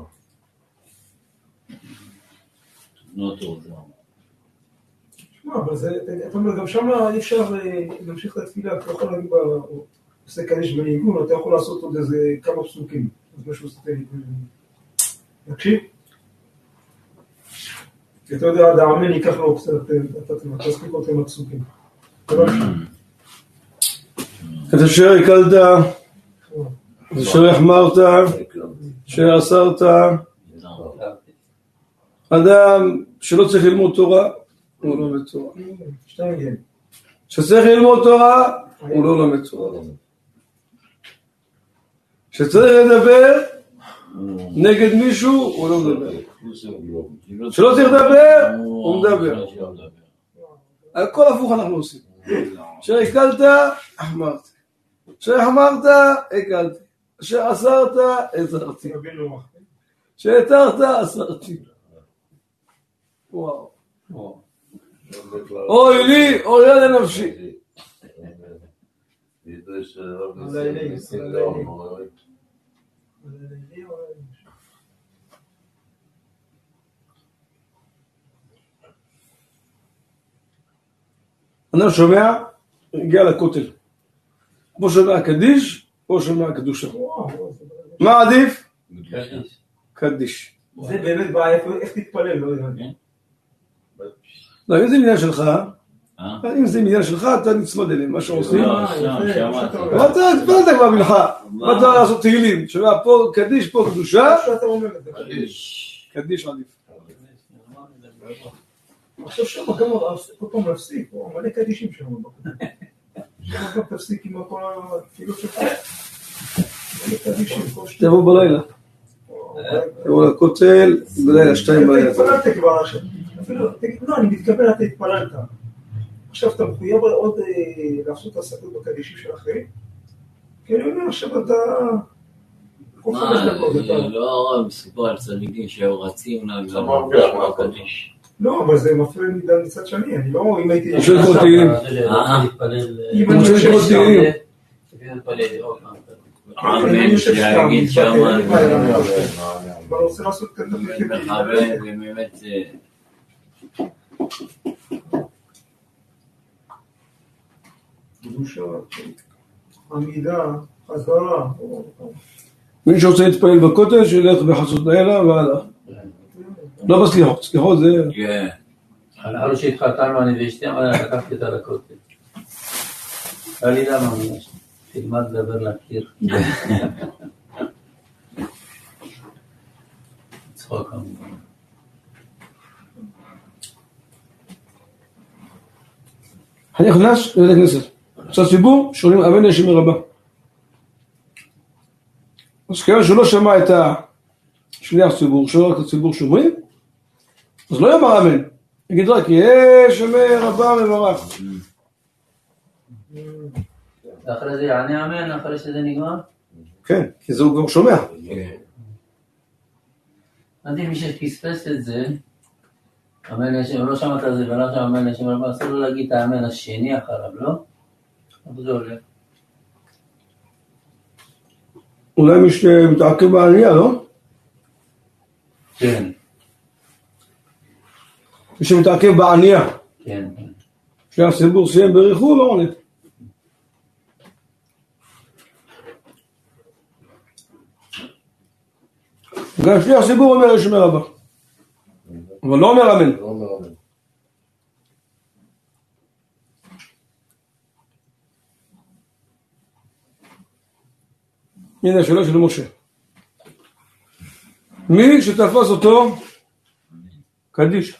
לא טוב, זה שמע, אבל זה, אתה אומר, גם שם אי אפשר להמשיך את התפילה, אתה יכול להגיד, עושה קדיש בניגון, אתה יכול לעשות עוד איזה כמה פסוקים. אז משהו עושה תקשיב. כי אתה יודע, עד האמן ייקח לו קצת, אתה תספיק אותם הפסוקים. את אשר הקלת, את אשר החמרת, אשר אסרת, אדם שלא צריך ללמוד תורה, הוא לא לומד תורה. שצריך ללמוד תורה, הוא לא לומד תורה. שצריך לדבר נגד מישהו, הוא לא מדבר. שלא צריך לדבר, הוא מדבר. על כל הפוך אנחנו עושים. אשר הקלת, החמרת. אשר החמרת, הקלתי. אשר אסרת, אסרתי. אשר התרת, אסרתי. וואו. אוי לי, אוי לנפשי. אני שומע, הגיע לכותל. פה שומע קדיש, פה שומע קדושה. מה עדיף? קדיש. קדיש. זה באמת בעיה, איך תתפלל, לא יודע. לא, אם זה מניין שלך, אם זה מניין שלך, אתה נצמד אליהם, מה שעושים. אבל אתה התפלת כבר מלכה, מה אתה לעשות תהילים? שומע, פה קדיש, פה קדושה. קדיש עדיף. עכשיו שם גם כל פעם להפסיק, מלא קדישים שם. שם גם תפסיק עם כל התפילות שלך. מלא קדישים. תבואו בלילה. תבואו לכותל, בלילה שתיים בלילה. התפללת כבר עכשיו. תגיד, לא, אני מתכוון, אתה התפללת. עכשיו אתה מחויב עוד לעשות את הסתות בקדישים של אחרים? כי אני אומר, עכשיו אתה... מה, לא מסופר על צדיקים שהיו רצים לה לשמוע קדיש. לא, אבל זה מפריע לי מצד שני, אני לא, אם הייתי... יש לקרוא תהילים. אם אני חושב תהילים. אמן שיגיד שם אבל רוצה לעשות כאן תפליקים. מכוון ובאמת זה... קדושה, עמידה, חזרה. מי שרוצה להתפעל בכותל, שילך בחסות לילה והלאה. לא בסליחות, סליחות זה... כן. אנחנו שהתחתנו אני ואשתי, אבל לקחתי אותה לכותל. היה לי למה ממש, תלמד לדבר להכיר. צחוק כמובן. אני נכנס לבית הכנסת. עכשיו ציבור, שואלים אמן ישמי רבה. אז כיוון שהוא לא שמע את השליח ציבור, שואל רק את הציבור שומרים, אז לא יאמר אמן. יגיד רק, ישמי רבה מברך. ואחרי זה יענה אמן, אחרי שזה נגמר? כן, כי זה הוא כבר שומע. עדיף מי שפספס את זה, אמן ישם, לא שמעת את זה ולא שם אמן ישם רבה, אסור לו להגיד את האמן השני אחריו, לא? אבל זה עולה. אולי מי שמתעכב בעלייה, לא? כן. מי שמתעכב בענייה. כן, כן. שהציבור סיים בריחו, לא עונה. גם שליח ציבור אומר ישמי רבה. אבל לא אומר אמן. לא אומר אמן. הנה השאלה של משה. מי שתפס אותו קדיש.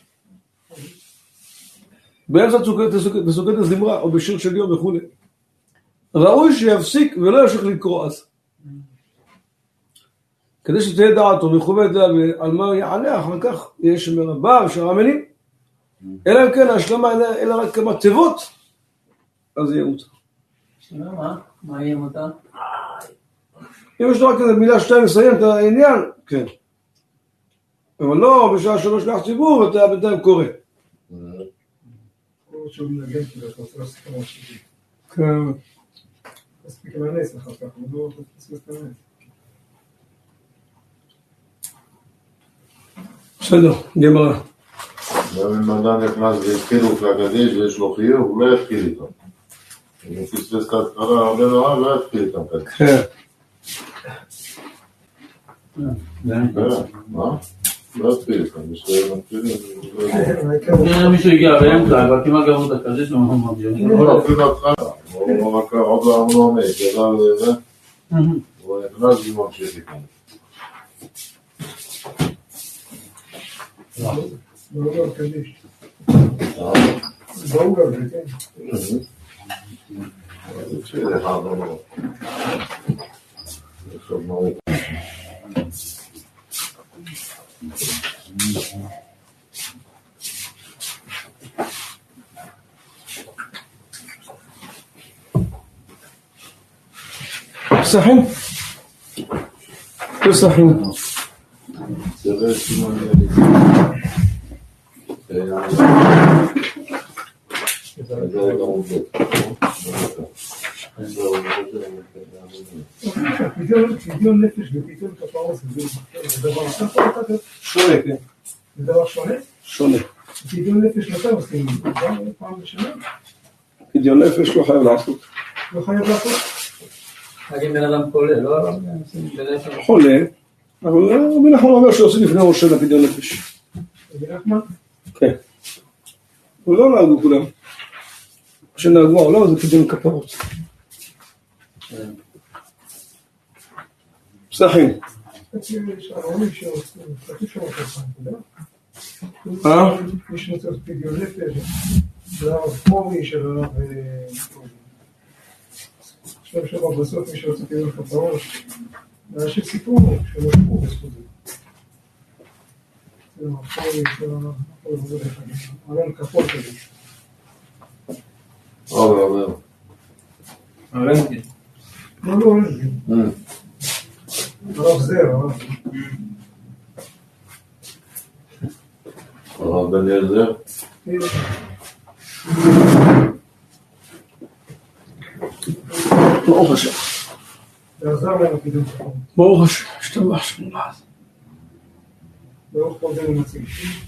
באמצע בסוכת הזמרה או בשיר של יום וכו'. ראוי שיפסיק ולא ימשיך לקרוא אז. כדי שתהיה דעתו מכובד על מה יענה, אחר כך יש מרבה ושאר אמינים. אלא אם כן ההשלמה אלא רק כמה תיבות, אז יהיה מותר. מה? מה יהיה מותר? אם יש לו רק איזה מילה שתיים לסיים את העניין, כן. אבל לא, בשעה שלוש כך ציבור, ואתה בינתיים קורא. או שהוא מנגן כאילו, אתה רוצה לעשות כמה שלי. כן. תספיק לנס אחר כך, אבל לא תספיק לנס. בסדר, גמרא. גם אם אדם נכנס והתחילו כהקדיש ויש לו חיוב, הוא לא יתחיל איתו. אם הוא פספס את ההתחלה הרבה נורא, לא יתחיל איתם קדיש. כן. מה? לא יתחיל איתם, מתחילים. מישהו הגיע באמצע, אבל כמעט גמרו את הקדיש, לא ממש. לא, אפילו התחלה. הוא רק עוד לא עומד, ידע וזה. הוא נכנס וממשיך איתם. לא גר קדיש. זהו גר, כן. זה בסדר, אחד לא לא. עכשיו מראה. פסחים? פסחים. זה סימן זה גם עובד. פדיון נפש ופדיון כפרות זה דבר אחר פה לתת? שונה, כן. זה דבר שונה? שונה. פדיון נפש מתי עושים? גם פעם בשנה? פדיון נפש לא חייב לעשות. לא חייב לעשות? נגיד בן אדם כולל, לא? חולה, אבל רבי נחמן אומר שעושים לפני ראש השנה פדיון נפש. רבי נחמן? כן. הוא לא נהגו כולם. מה שנהגו העולם זה פדיון כפרות. פסחים. אה? מי שרוצה פדיון נפש, זה הרב פורי של הרב... עכשיו שבא בסוף מי שרוצה פדיון כפרות, ואנשים סיפרו שלא סיפרו בזכות זה. זה הרב פורי של הרב הרב כפות כזה. אובר, אובר. הרנטגן. לא, לא, הרנטגן. הרב זר, הרב. הרב בן אליעזר. ברוך השם. זה עזר להם פדיון כפרות. ברוך השם, השתבח שמו. ברוך פרדנו מציג.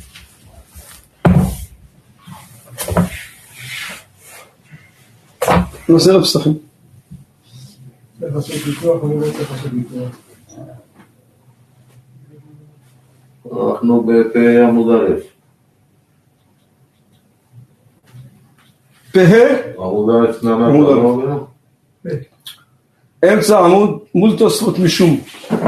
נעשה לפסחים. צריך לעשות ביטוח, אני לא צריך לעשות ביטוח. אנחנו בפה עמוד א'. פה, עמוד א' סננה. עמוד א'. אמצע עמוד מול תוספות משום.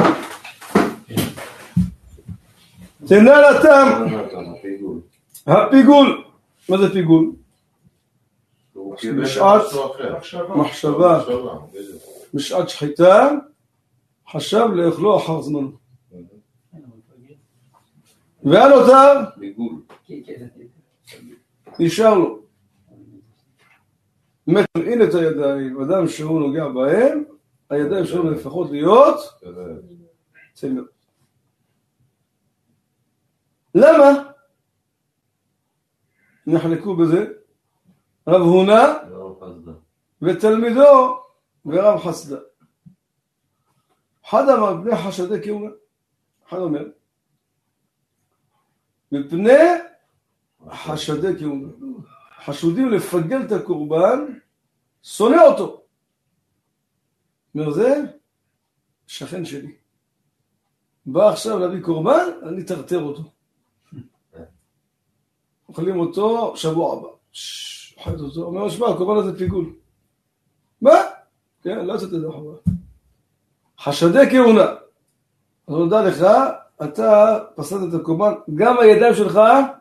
תנהל התם. הפיגול. מה זה פיגול? בשעת מחשבה, בשעת שחיטה, חשב לאכלו אחר זמנו. ועל אותה, נשאר לו. מטמעין את הידיים, אדם שהוא נוגע בהם, הידיים שלו לפחות להיות צמאות. למה? נחלקו בזה רב הונא ותלמידו ורב חסדה. אחד אמר מפני חשדי כהונה. אחד אומר מפני חשדי כהונה. חשודים לפגל את הקורבן, שונא אותו. אומר זה שכן שלי. בא עכשיו להביא קורבן, אני תרתר אותו. אוכלים אותו שבוע הבא. אוכלת אותו, אומר משמע, הקורבן הזה פיגול. מה? כן, לא יצאת את זה אחורה. חשדי כהונה. אז נודע לך, אתה פסדת את הקורבן, גם הידיים שלך,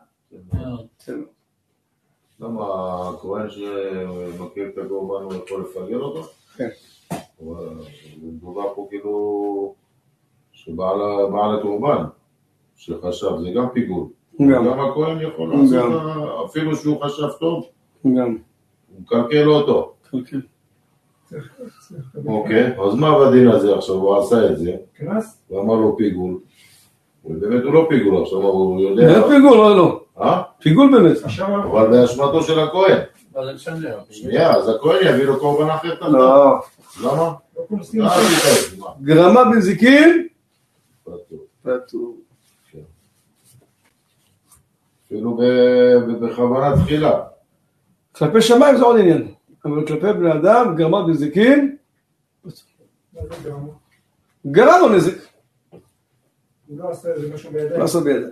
למה הכהן שמכיר את הקורבן הוא יכול לפגל אותו? כן. מדובר פה כאילו שבעל הקורבן שחשב, זה גם פיגול. גם הכהן יכול לעשות, אפילו שהוא חשב טוב, גם. הוא מקלקל אותו. קלקל. אוקיי, אז מה בדין הזה עכשיו? הוא עשה את זה, קנס? ואמר לו פיגול. ובאמת הוא לא פיגול עכשיו, הוא יודע... זה פיגול, לא, לא. אה? פיגול באמת. אבל באשמתו של הכהן. מה זה משנה? שנייה, אז הכהן יביא לו קורבן אחר תחתיו. לא. למה? לא גרמה בנזיקין? פטור. פטור. אפילו ב- בכוונה תחילה. כלפי שמיים זה עוד עניין. אבל כלפי בני אדם, גרמה בנזיקין? גרם לו נזק. הוא לא עשה איזה משהו בידיים. לא עשה בידיים.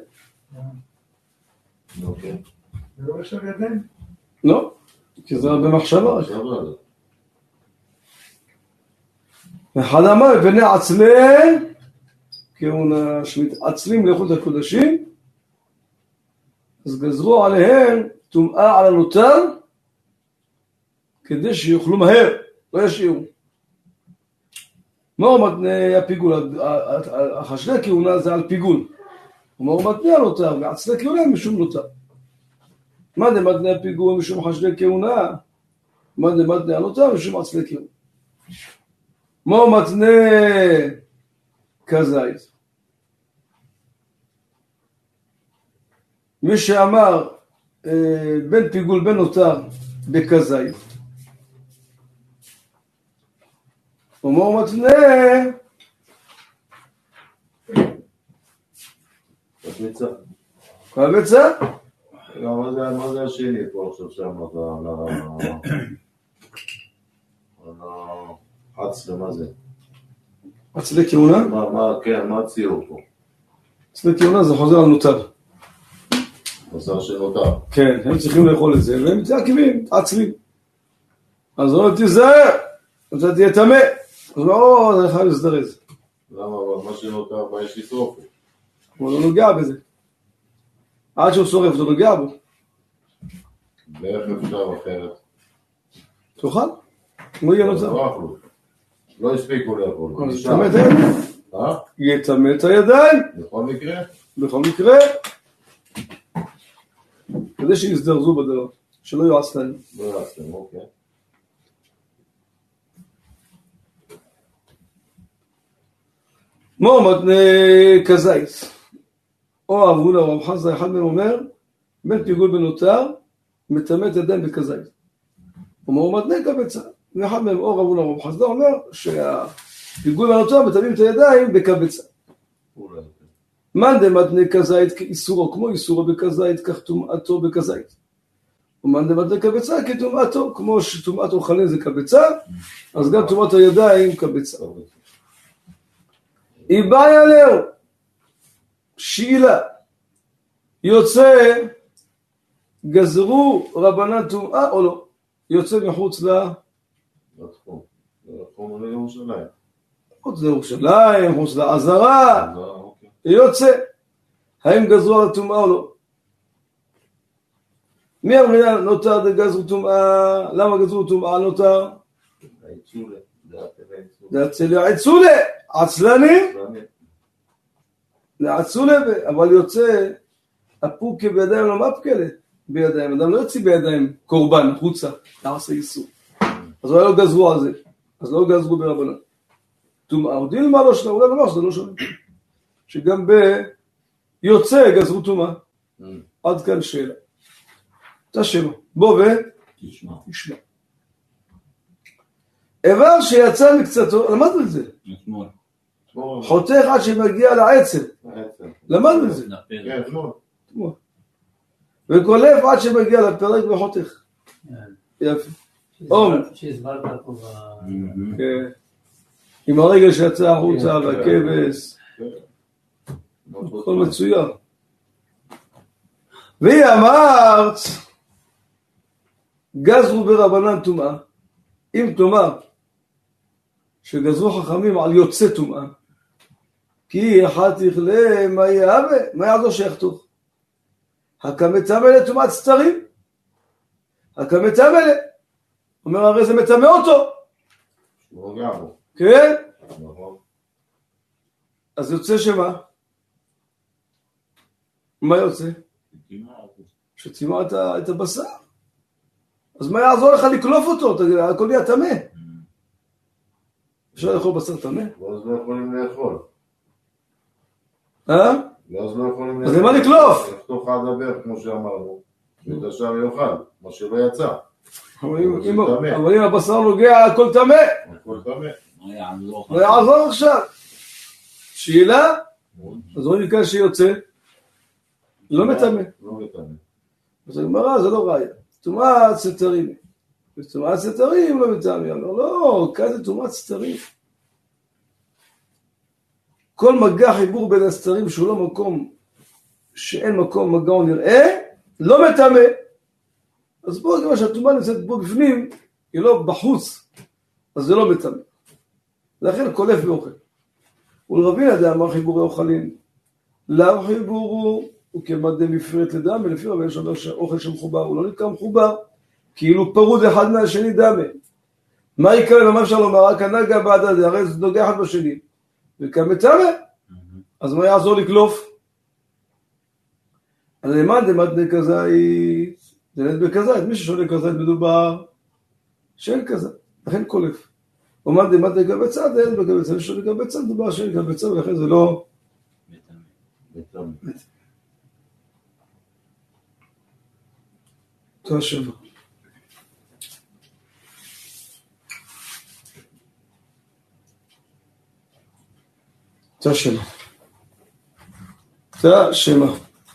אוקיי. זה לא נחשב בידיים? לא, כי זה במחשבה. עכשיו לא יודע. אחד אמר, בני עצמי, כהונה שמתעצלים לאיכות הקודשים, אז גזרו עליהם טומאה על הנותר, כדי שיוכלו מהר, לא ישאירו. מאור מתנה הפיגול, החשדי כהונה זה על פיגול. ומאור מתנה הנותר, ועצלי כהונה משום נותר. מה זה מתנה הפיגול משום חשדי כהונה? מה זה מתנה הנותר משום עצלי כהונה? מאור מתנה כזית. מי שאמר בין פיגול בין נותר בכזית, ומאור מתנה קצמיצה. קצמיצה? מה זה השני פה עכשיו שאמרת על החצלה, מה זה? עצלי כהונה? כן, מה הציור פה? עצלי כהונה זה חוזר על נותר. בשר שנותר. כן, הם צריכים לאכול את זה, והם מתעכבים, מתעצלים. אז לא תיזהר, אתה תהיה טמא. אז לא, זה חייב להזדרז. למה? אבל מה שנותר, מה יש לשרוף? הוא לא נוגע בזה. עד שהוא שורף, זה נוגע בו. ואיך אפשר אחרת? תאכל? לא יהיה נוצר. לא אכלו. לא הספיקו לאכול. אז יטמא את הידיים. אה? יטמא את הידיים. בכל מקרה? בכל מקרה. כדי שיזדרזו בדבר. שלא יועץ להם. לא יעצתם, אוקיי. מאור מתנה כזית. או אבו הונא או רב חסדא, אחד מהם אומר, בין פיגול בנותר, מטמא את ידיים בכזית. ומאור מתנה כביצה. ואחד מהם, או רב הונא או רב חסדא, אומר שהפיגול בנותר מטמאים את הידיים בכביצה. מאן דמתנה כזית כאיסורו, כמו איסורו בכזית, כך טומאתו בכזית. ומאן דמתנה כביצה כטומאתו, כמו שטומאת אוכלים זה כביצה, אז גם טומאת הידיים כביצה. איבאי עליהו, שאלה, יוצא, גזרו רבנן טומאה או לא? יוצא מחוץ ל... לתחום. לתחום לירושלים. חוץ לירושלים, חוץ לעזרה, יוצא. האם גזרו על טומאה או לא? מי אמרינן נותר דגזרו טומאה? למה גזרו טומאה נותר? העצולה. זה הצלה עצולה, עצלני. לעצולה, אבל יוצא, הפוקי בידיים לא מפקלה בידיים, אדם לא יוצא בידיים קורבן, חוצה, נעשה איסור. אז אולי לא גזרו על זה, אז לא גזרו ברבנן. טומאה, או דין מה לא שונה, אולי נאמר שזה לא שונה. שגם ביוצא גזרו טומאה. עד כאן שאלה. תשמע, בוא ו... תשמע. תשמע. איבר שיצא מקצתו, למדנו את זה. אתמול. חותך עד שמגיע לעצם. למדנו את זה. כן, אתמול. וקולף עד שמגיע לפרק וחותך. יפה. אום. שהסברת פה ב... כן. עם הרגל שיצא החוצה והכבש. הכל מצויר. והיא אמרת, גזרו ברבנן טומאה. אם תאמר שגזרו חכמים על יוצא טומאה, כי אחד תכלה, מה יהווה? מה יעזור שיחתוך? הקמטה מלא טומאת סתרים. הקמטה מלא. אומר הרי זה מטמא אותו. כן? אז יוצא שמה? מה יוצא? שטימא את הבשר. אז מה יעזור לך לקלוף אותו? הכל יהיה טמא. אפשר לאכול בשר טמא? ואז לא יכולים לאכול. אה? ואז לא יכולים אז למה לקלוף? יחתוך עד הברך, כמו שאמרנו, ואת השאר יאכל, מה שלא יצא. אבל אם הבשר נוגע, הכל טמא. הכל טמא. לא יעזור עכשיו. שאלה? אז רואים מכאן שיוצא, לא מטמא. לא מטמא. אז הגמרא זה לא ראיה. טומאת סתרים. טומאת סתרים לא מטמא. אומר לא, כאן זה טומאת סתרים. כל מגע חיבור בין הסתרים שהוא לא מקום, שאין מקום מגע או נראה, לא מטמא. אז בואו נגיד שהטומאה נמצאת פה בפנים, היא לא בחוץ, אז זה לא מטמא. לכן קולף ואוכל. ולרבינה דאמר חיבורי אוכלים, לאו חיבורו הוא כמדי מפרט לדם, ולפי רבינה שאומר שהאוכל שמחובר הוא לא נקרא מחובר, כאילו פרוד אחד מהשני דמה. מה יקרה למה אפשר לומר? רק הנגע בעד הזה, הרי זה נוגע אחד בשני. וכמטמא, אז מה יעזור לקלוף? אז למען דמד כזית, דלת בכזית, מי ששונה כזית מדובר שאין כזית, לכן קולף. ומד דמד לגבצה, דלת בגבצה, מי ששונה גבצה מדובר שאין גבצה, ולכן זה לא מטמא. תודה שבע. תודה שמה. תודה שמה.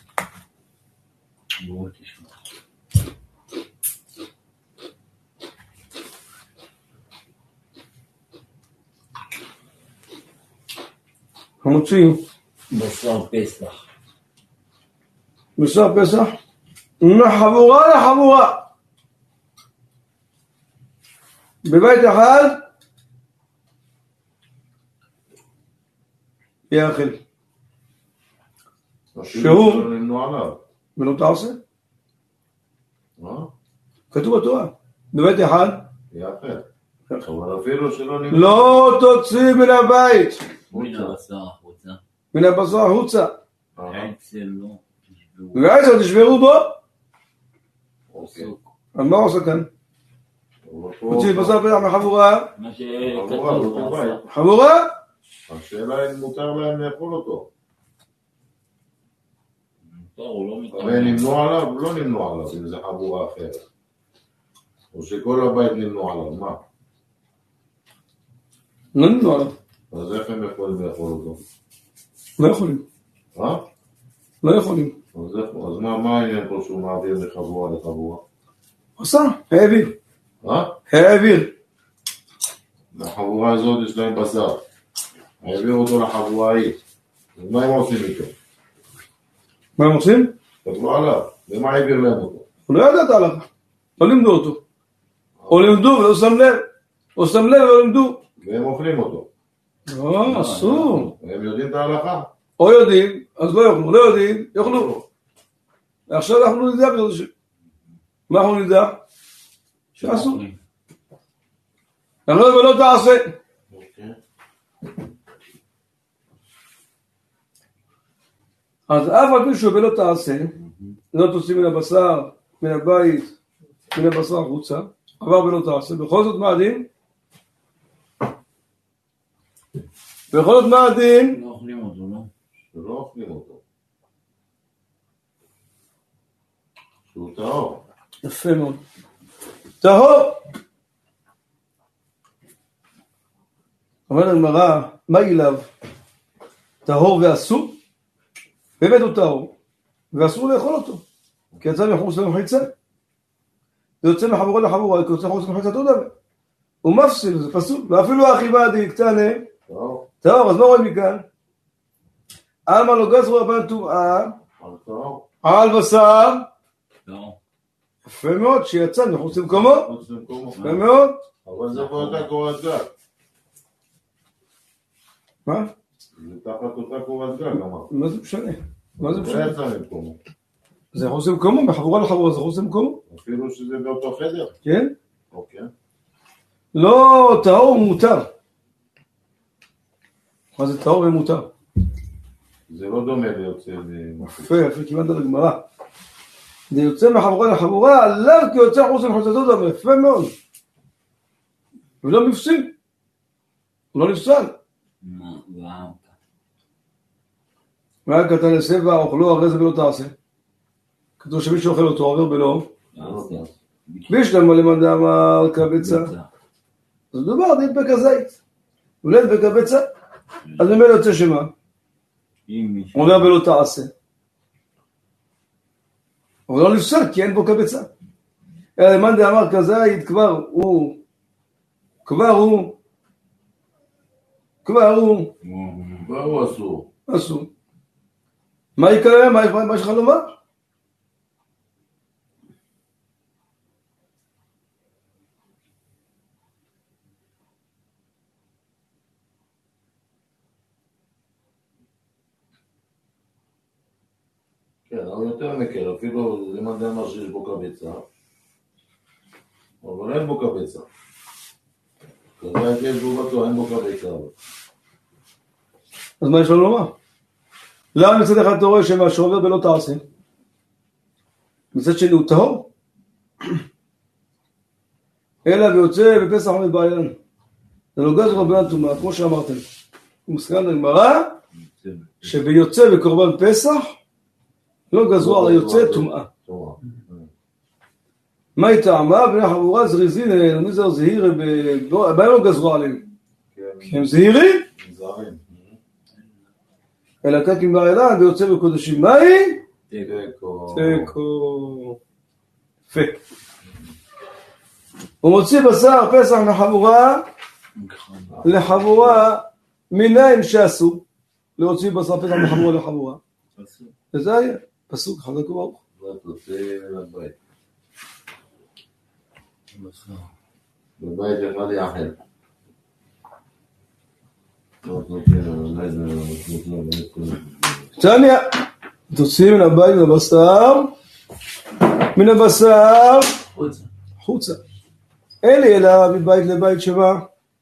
המוצאים. בשר פסח. בשר פסח? מחבורה לחבורה. בבית אחד יאכל. שהוא ולא תעשה? כתוב בתורה. בבית אחד יאכל. אבל אפילו שלא נמנע. לא תוציא מן הבית. מן הבשר החוצה. מן הבשר החוצה. עצם לא תשברו. ועצם תשברו בו. אוקיי. אז מה עושה כאן? הוציא בשר פסח מחבורה. מה שכתוב. חבורה? השאלה אם מותר להם לאכול אותו. מותר או לא מותר. הרי נמנוע עליו, לא נמנוע עליו, אם זה חבורה אחרת. או שכל הבית נמנוע עליו, מה? לא נמנוע עליו. אז איך הם יכולים לאכול אותו? לא יכולים. אה? לא יכולים. אז מה, מה העניין פה שהוא מעביר מחבורה לחבורה? עושה, העביר. אה? העביר. לחבורה הזאת יש להם בשר. העביר אותו לחבורה ההיא. אז מה הם עושים איתו? מה הם עושים? כתבו עליו. ומה העביר להם אותו? הוא לא ידעת עליו. לא לימדו אותו. או לימדו ולא שם לב. או שם לב ולא לימדו. והם אוכלים אותו. לא, אסור. הם יודעים את ההלכה? או יודעים, אז לא יאכלו. לא יודעים, יאכלו. עכשיו אנחנו נדע בזה ש... מה אנחנו נדע? שאסור. אנחנו ולא תעשה. אז אף על פי שהוא ולא תעשה, לא תוציא מן הבשר, מן הבית, מן הבשר החוצה, עבר ולא תעשה, בכל זאת מה הדין? בכל זאת מה הדין? לא אוכלים אותו, לא? שלא אוכלים אותו. שהוא טהור. יפה מאוד. טהור. אומר הגמרא, מה אליו? טהור ואסור? באמת הוא טהור, ואסור לאכול אותו, כי יצא מחוץ למחיצה. זה יוצא מחבורה לחבורה, כי יוצא מחוץ למחיצה אותו דבר. הוא מפסיד, זה פסול, ואפילו האכיבה דקטנה, טהור, אז מה רואים מכאן? על מה לא גזרו רבן טומאה, על בשר, יפה מאוד, שיצא מחוץ למקומו, יפה מאוד. אבל זה באותה קורת גג. מה? זה תחת אותה קורת גג, אמר. מה זה משנה? מה זה משנה? זה יצא למקומו. זה חוץ למקומו, מחבורה לחבורה זה חוץ למקומו. אפילו שזה באותו חדר? כן? אוקיי. לא, טהור מותר. מה זה טהור ומותר? זה לא דומה ליוצא... יפה, יפה, כמעט על הגמרא. זה יוצא מחבורה לחבורה, עליו כי יוצא חוץ למחוצתו דבר, יפה מאוד. ולא מפסיד. הוא לא נפסל. מה, וואו. מה קטן לסבע, אוכלו הרי זה ולא תעשה. כתוב שמישהו אוכל אותו, עובר בלא. בישלמה למד אמר כביצה. אז מדובר, נדבק הזית. אולי נדבק הביצה. אז ממילא יוצא שמה? עובר בלא תעשה. אבל לא נפסל, כי אין בו כביצה. אלא למד אמר כזית, כבר הוא, כבר הוא, כבר הוא. כבר הוא אסור. אסור. מה יקרה? מה יש לך לומר? כן, אבל יותר מקל, אפילו אם אתה אמר שיש בו קביצה, אבל אין בו קביצה. כזית יש בו בטוח, אין בו קביצה. אז מה יש לנו לומר? למה מצד אחד אתה רואה שמה שעובר בלא תעשה? מצד שני הוא טהור? אלא ויוצא בפסח עומד בעליון. זה לא גז רבנן טומאה, כמו שאמרתם. הוא מסכן לגמרא, שביוצא בקורבן פסח, לא גזרו על היוצא טומאה. מה היא טעמה? בני חבורה זריזין, מי זה זהיר, הבאים לא גזרו עליהם. כי הם זהירים? זהירים. אלא קקים בעליון ויוצא בקודשים. מה היא? תיקו. תיקו. יפה. הוא מוציא בשר פסח מחבורה לחבורה מנין שעשו להוציא בשר פסח מחבורה לחבורה. וזה היה פסוק חזק וברוך. זה תוציא לבית. בבית אחד יחד. תניא, תוציא מן הבית מן הבשר, מן הבשר חוצה. חוצה. אלי אלא מבית לבית שמה?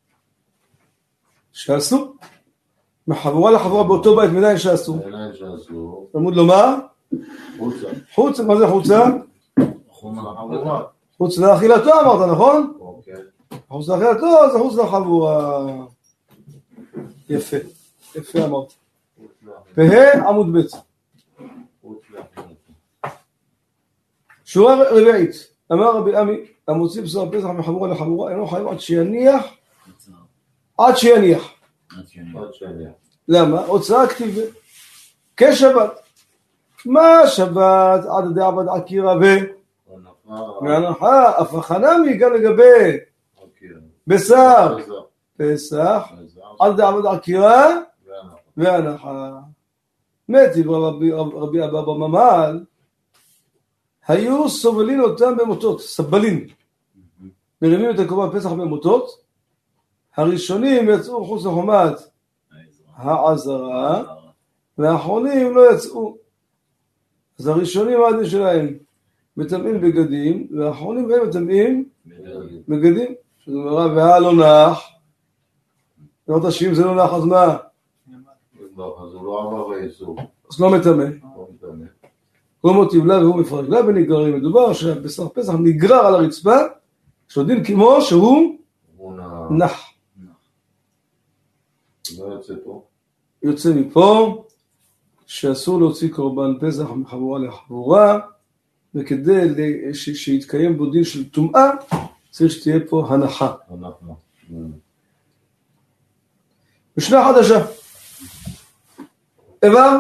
שעשו. מחבורה לחבורה באותו בית מנין שעשו. מנין שעשו. תלמוד לומר? חוצה. חוצה, מה זה חוצה? חבורה. חוץ לאכילתו אמרת, נכון? אוקיי. חוץ לאכילתו זה חוץ לחבורה. יפה, יפה אמרת. והה עמוד ב' שורה רביעית. אמר רבי עמי, המוציא בשר פסח מחבורה לחבורה אינו חייב עד שיניח, עד שיניח. עוד שנייה. למה? הוצאה כתיבה כשבת. מה שבת? עד דעבד עקירה ו... והנחה, אף החנמי גם לגבי בשר פסח, עד דעבד עקירה והנחה. מתי רבי אבא בממל, היו סובלים אותם במוטות, סבלים. מרימים את הקורבן פסח במוטות, הראשונים יצאו חוץ לחומת העזרה, והאחרונים לא יצאו. אז הראשונים העדים שלהם מטמאים בגדים, והאחרונים בהם מטמאים בגדים. שזה אומר, והא לא נח. אמרת שאם זה לא נח, אז מה? אז הוא לא עבר ויסור. אז לא מטמא. לא מטמא. לא מוטיב לה והוא מפרק לה ונגררים. מדובר שבשר פסח נגרר על הרצפה, שודין כמו שהוא נח. לא יוצא פה. יוצא מפה שאסור להוציא קורבן פסח מחבורה לחבורה, וכדי שיתקיים בו דין של טומאה, צריך שתהיה פה הנחה. אנחנו. משנה חדשה. איבר?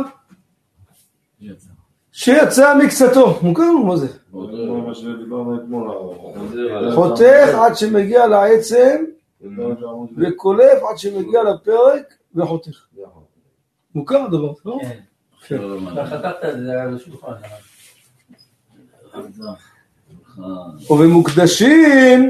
שיצא מקצתו. מוכר לנו מה זה? מה שדיברנו אתמול. חותך עד שמגיע לעצם, וקולף עד שמגיע לפרק, וחותך. מוכר הדבר, לא? כן. אתה חתכת את זה על השולחן. ובמוקדשים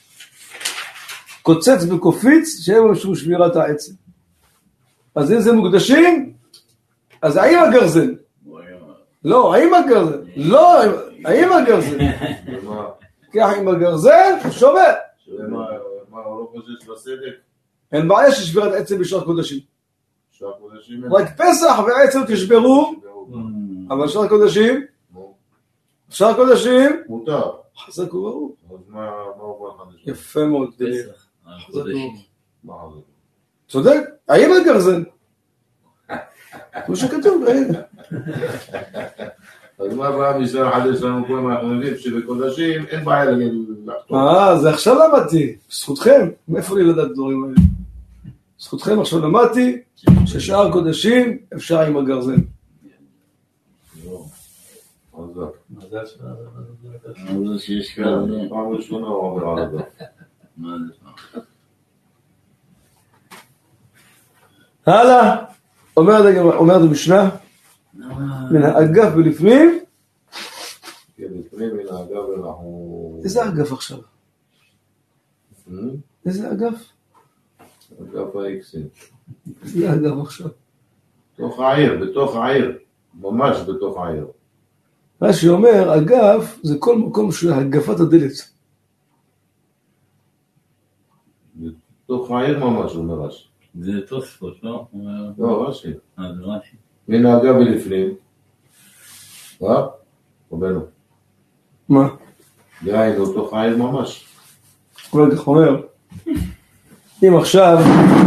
קוצץ וקופיץ שאין משהו שמירת העצם. אז אם זה מוקדשים, אז האם הגרזן? לא, האם הגרזן? לא, האם הגרזן? כך עם הגרזן, שובר. מה, הוא לא חושש בסדק? אין בעיה ששבירת עצם בשאר קודשים. שאר קודשים? רק פסח ועצם תשברו, אבל שאר קודשים? שאר קודשים? מותר. חזק וברוך. אז מה הוא בא חדש? יפה מאוד. פסח. חזק וברוך. מה זה? צודק, האם הגרזן? כמו שכתוב, אין. אז מה הבא מישראל חדש לנו פה, אנחנו מבינים שבקודשים אין בעיה להגיד לחתום. אה, זה עכשיו למדתי, זכותכם, מאיפה לי לדעת דברים האלה? זכותכם עכשיו למדתי, ששאר קודשים אפשר עם הגרזן. מזל שיש כאלה. פעם ראשונה הוא אומר על זה. מה זה? הלאה, אומרת המשנה, מן האגף ולפנים. כן, לפנים מן האגף אנחנו... איזה אגף עכשיו? איזה אגף? אגף האיקסים. איזה אגף עכשיו? בתוך העיר, בתוך העיר. ממש בתוך העיר. רש"י אומר, אגף זה כל מקום של הגפת הדלת. בתוך העיר ממש, הוא אומר רש"י. זה תוספות, לא? לא, רש"י. אה, זה רש"י. מן האגף ולפנים. מה? רבנו. מה? דהיינו, תוך העיר ממש. כל כך אומר, אם עכשיו,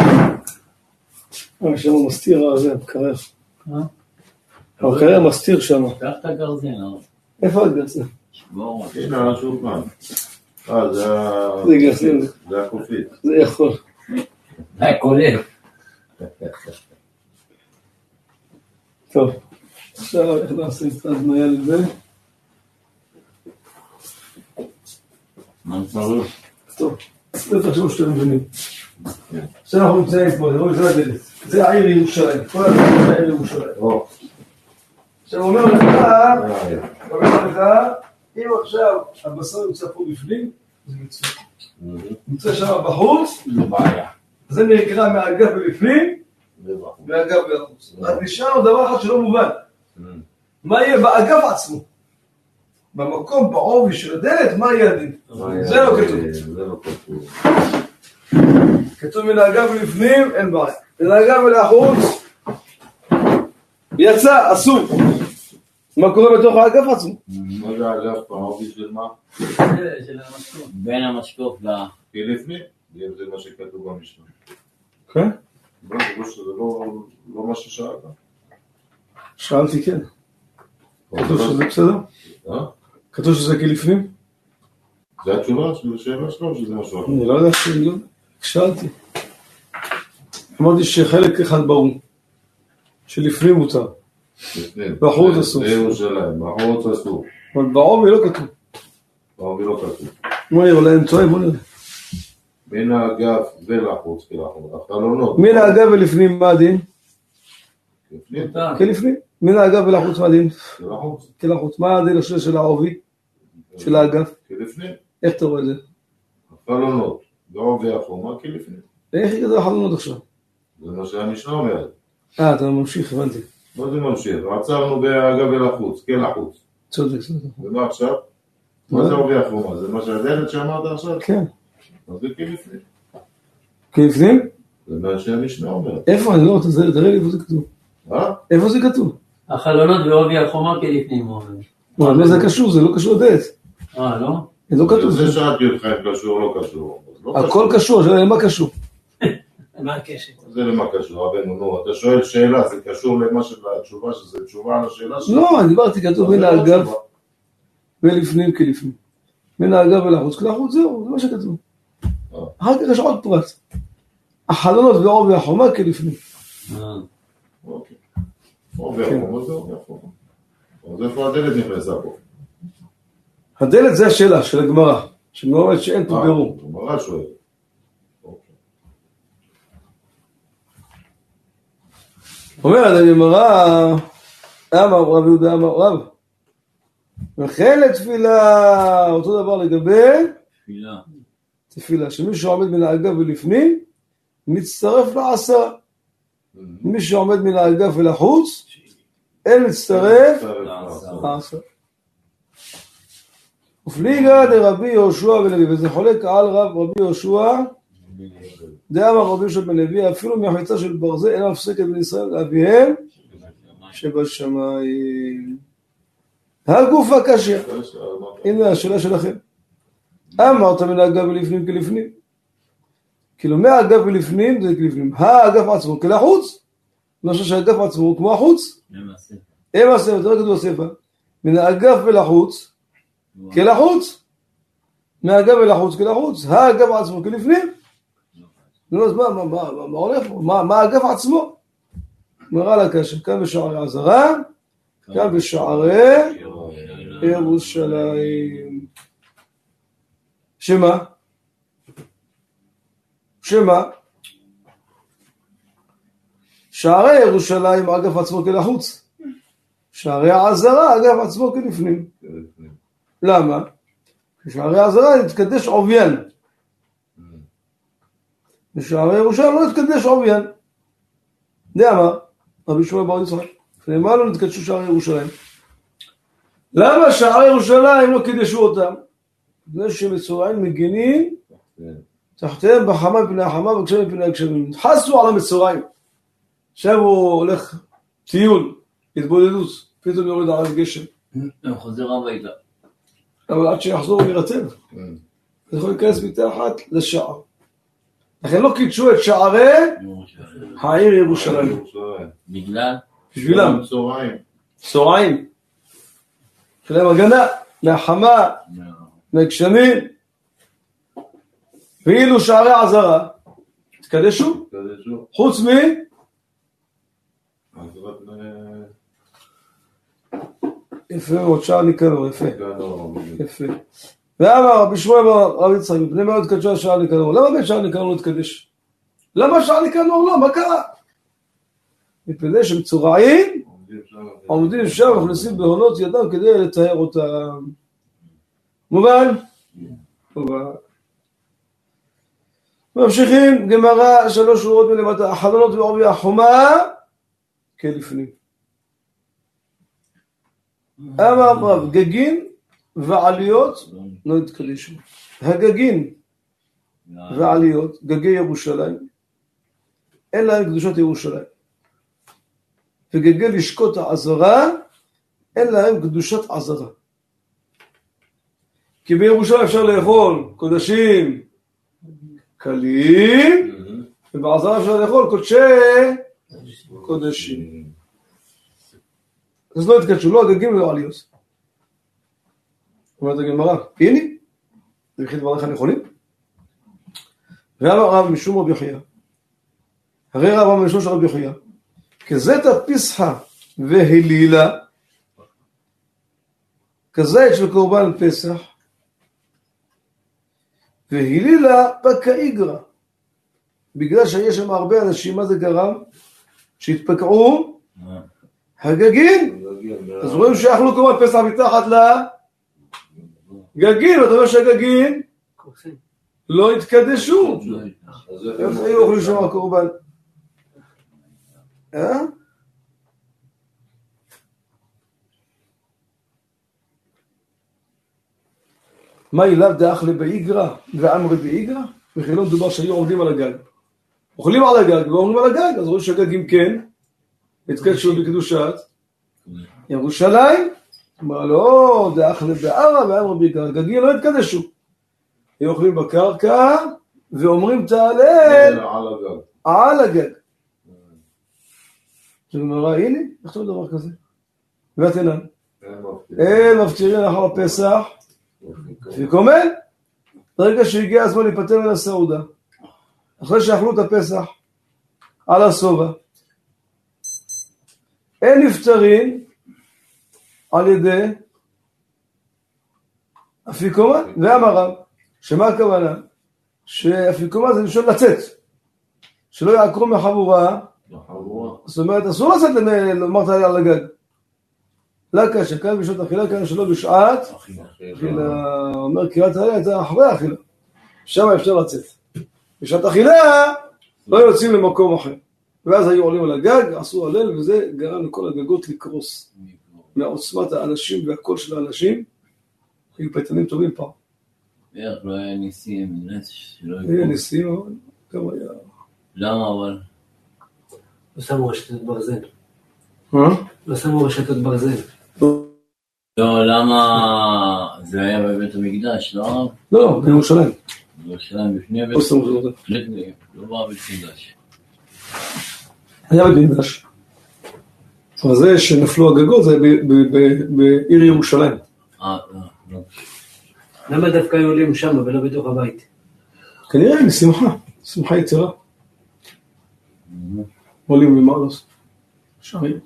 שם הוא מסתיר הזה, מקרר. המקרר מסתיר שם. קח את הגרזן, איפה הגרזן? שבור. הנה, על השולחן. אה, זה ה... זה גרזן. זה הקופית. זה יכול. היי, כולל. טוב, עכשיו איך נעשה את ההדמיה לזה? מה צריך? טוב, לא תחשבו שאתם מבינים. עכשיו אנחנו נמצאים פה, זה הדלת. זה העיר ירושלים. כל הדלת זה העיר ירושלים. עכשיו הוא אומר לך, הוא אומר לך, אם עכשיו הבשר נמצא פה בפנים, זה מצוין. נמצא שם בחוץ, לא בעיה. זה נקרא מהאגף ולפנים, מהאגף ולחוץ. אז נשארנו דבר אחד שלא מובן. מה יהיה באגף עצמו? במקום, בעובי של הדלת, מה יהיה הדין? זה לא כתוב. זה לא כתוב. כתוב מן האגף ולפנים, אין בעיה. מן האגף ולחוץ, יצא, אסור. מה קורה בתוך האגף עצמו? מה זה האגף? העובי של מה? של המשקוף. בין המשקוף ל... כי לפני, זה מה שכתוב במשנה. כן? לא, זה לא מה ששאלת. שאלתי כן. כתוב שזה בסדר? אה? כתוב שזה כלפנים? זה התשובה של השאלה שלו, שזה משהו אחר. אני לא יודע שאני לא יודע. שאלתי. אמרתי שחלק אחד ברור. שלפנים מותר. בחוץ אסור. זה ירושלים, בחוץ אסור. אבל בעובי לא כתוב. בעובי לא כתוב. מה יהיה, אולי הם טועים, בוא נראה. מן האגף ולחוץ, כלחוץ. החלונות. מן האגף ולפנים מה הדין? לפנים? כלפנים. מן האגף ולחוץ מה הדין? כלחוץ. כלחוץ. מה הדין השאלה של העובי? של האגף? כלפנים. איך אתה רואה את זה? החלונות. בעובי החומה כלפנים. איך הגעת לחלונות עכשיו? זה מה שהמשנה אומרת. אה, אתה ממשיך, הבנתי. מה זה ממשיך? עצרנו באגף ולחוץ, כלחוץ. צודק, צודק. ומה עכשיו? מה זה עובי החומה? זה מה שהדלת שאמרת עכשיו? כן. אז זה כלפנים. כלפנים? זה מה שהמשנה אומרת. איפה? אני לא רוצה, תראה לי איפה זה כתוב. אה? איפה זה כתוב? החלונות בעובי החומה כלפנים. אבל מה זה קשור? זה לא קשור לדלת. אה, לא? זה לא כתוב. זה שאלתי אותך אם קשור או לא קשור. הכל קשור, השאלה למה קשור? מה הקשר? זה למה קשור, רבנו, נו, אתה שואל שאלה, זה קשור למה של התשובה, שזה תשובה על השאלה שלך? לא, אני דיברתי, כתוב מן האגף ולפנים כלפנים. מן האגף ולחוץ כלחוץ, זהו, זה מה שכתוב. אחר כך יש עוד פרט. החלונות בעובי החומה כלפנים. אוקיי. עובי החומה זה עובי החומה. אז איפה הדלת נכנסה פה? הדלת זה השאלה של הגמרא, שמאומרת שאין פה בירור. הגמרא שואל. אומרת הגמרא, אמר רב יהודה אמר רב, וכן לתפילה, אותו דבר לגבי תפילה. תפילה, שמי שעומד מן האגף ולפנים, מצטרף לעשרה. מי שעומד מן האגף ולחוץ, אין מצטרף לעשרה. ופליגה דרבי יהושע בן לוי, וזה חולק על רב רבי יהושע, דאמר רבי יהושע בן לוי, אפילו מהחצה של ברזל אינה מפסקת בין ישראל לאביהם שבשמיים. הגוף הקשה. הנה השאלה שלכם. אמרת מן האגף ולפנים כלפנים. כאילו מהאגף ולפנים זה כלפנים. האגף עצמו כלחוץ. אני חושב שהאגף עצמו הוא כמו החוץ. הם הספר, זה לא כתוב הספר. מן האגף ולחוץ כלחוץ. מהאגף ולחוץ כלחוץ. האגף עצמו כלפנים. נו, אז מה, מה, מה, מה הולך פה? מה, מה האגף עצמו? מראה לקשר, כאן בשערי עזרה, כאן בשערי ירושלים. שמה? שמה? שערי ירושלים אגף עצמו כלחוץ. שערי העזרה אגף עצמו כלפנים. למה? בשערי העזרה נתקדש עוביין. בשערי ירושלים לא נתקדש עוביין. זה אמר רבי שמואל בר יצחק. נאמר לו נתקדשו שערי ירושלים. למה שערי ירושלים לא קידשו אותם? בגלל שמצורעים מגינים תחתיהם בחמה מפני החמה וגשם מפני הגשמים. חסו על המצורעים. עכשיו הוא הולך טיול, התבודדות, פתאום יורד עליו גשם. הוא חוזר הביתה. אבל עד שיחזור הוא ירטב. זה יכול להיכנס מתחת לשער. לכן לא קידשו את שערי העיר ירושלים. בגלל? בשבילם. צהריים. צהריים. שלהם הגנה, מהחמה, מהגשמים. ואילו שערי עזרה, תקדשו? תקדשו. חוץ מ... יפה מאוד, שער ניקנור, יפה. יפה. ואמר רבי שמואל בר יצחק, מפני מה לא תקדשו שער ניקנור? למה בית שער ניקנור לא תקדש? למה שער ניקנור לא? מה קרה? מפני שמצורעים עומדים שם וכנסים בהונות ידם כדי לתאר אותם. מובן? מובן. ממשיכים, גמרא שלוש שורות מלמטה, החלונות בעובי החומה כלפנים. אמר רב, גגין ועליות לא התקדשו. הגגין ועליות, גגי ירושלים, אין להם קדושת ירושלים. וגגי לשכות העזרה, אין להם קדושת עזרה. כי בירושלים אפשר לאכול קודשים קלים, ובעזרה אפשר לאכול קודשי קודשים. אז לא התקדשו, לא הגגים ולא עליות. אומרת הגמרא, הנה, זה בכי דבריך נכונים. ואמר רב משום רבי יחיא, הרי רב אמר משום רבי יחיא, כזית פסחא והלילה, כזית של קורבן פסח, והלילה פקאיגרא, בגלל שיש שם הרבה אנשים, מה זה גרם? שהתפקעו הגגין. אז רואים שאכלו קורבן פסח מתחת לגגין, ואתה אומר שהגגין לא התקדשו. איך היו אוכלים שם הקורבן? אה? מה אליו דאכלה באיגרא ועמרי באיגרא? וכי לא מדובר שהיו עומדים על הגג. אוכלים על הגג ואומרים על הגג, אז רואים שהגגים כן, התקדשו בקדושת ירושלים. אמר לא, דאכלה בערה ועמרי באיגרא, הגגים לא התקדשו. היו אוכלים בקרקע ואומרים תהלל על הגג. זה גמרא, הנה, נכתוב דבר כזה. ואתנן. אין מפטירין אחר הפסח, וקומל, ברגע שהגיע הזמן להיפטר מן הסעודה, אחרי שאכלו את הפסח על הסובה, אין נפטרין על ידי אפיקומה ואמרה, שמה הכוונה? שאפיקומה זה לשון לצאת, שלא יעקרו מחבורה, זאת אומרת, אסור לצאת לומר תהלל על הגג. לא קשה, כאן בשעות אכילה, כאן שלא בשעת אכילה. אומר קריאת תהלל הייתה אחרי האכילה. שם אפשר לצאת. בשעת אכילה לא יוצאים למקום אחר. ואז היו עולים על הגג, עשו הלל, וזה גרם לכל הגגות לקרוס. מעוצמת האנשים והקול של האנשים. היו פייטנים טובים פעם. איך לא היה ניסים, נס שלא היה ניסים, אבל גם היה... למה אבל? לא שמו רשתות ברזל. מה? לא שמו רשתות ברזל. לא, למה זה היה בבית המקדש, לא? לא, בירושלים. ירושלים בפני בית לא סתם זה לא זה. לא בא בית מקדש. היה בית מקדש. אבל זה שנפלו הגגות זה ב- ב- ב- בעיר ירושלים. אה, לא. למה דווקא היו עולים שם ולא בתוך הבית? כנראה משמחה, שמחה יצירה. עולים ממעלוס. שרים.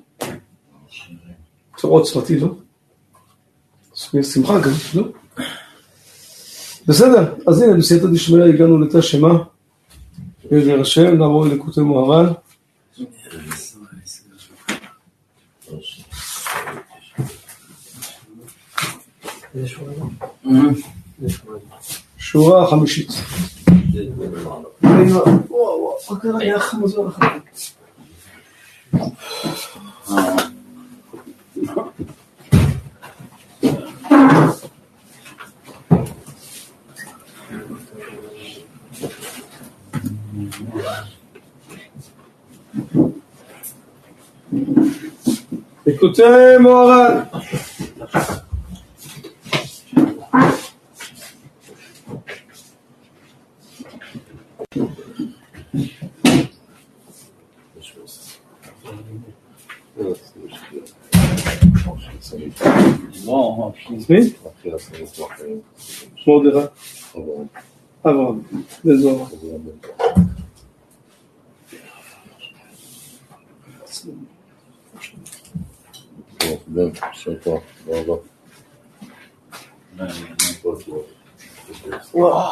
צורות צפתי, לא? שמחה כזאת, לא? בסדר, אז הנה בסייעתא דשמיא הגענו לתא שמה. בעזר השם, נעבור לליקוטי מוהר"ן. שורה חמישית. וואו וואו, מה קרה? היה חמוזו לך. ליקוטי מוהר"ן. מי? מרדכי. אברהם. בן זוהר. וואו.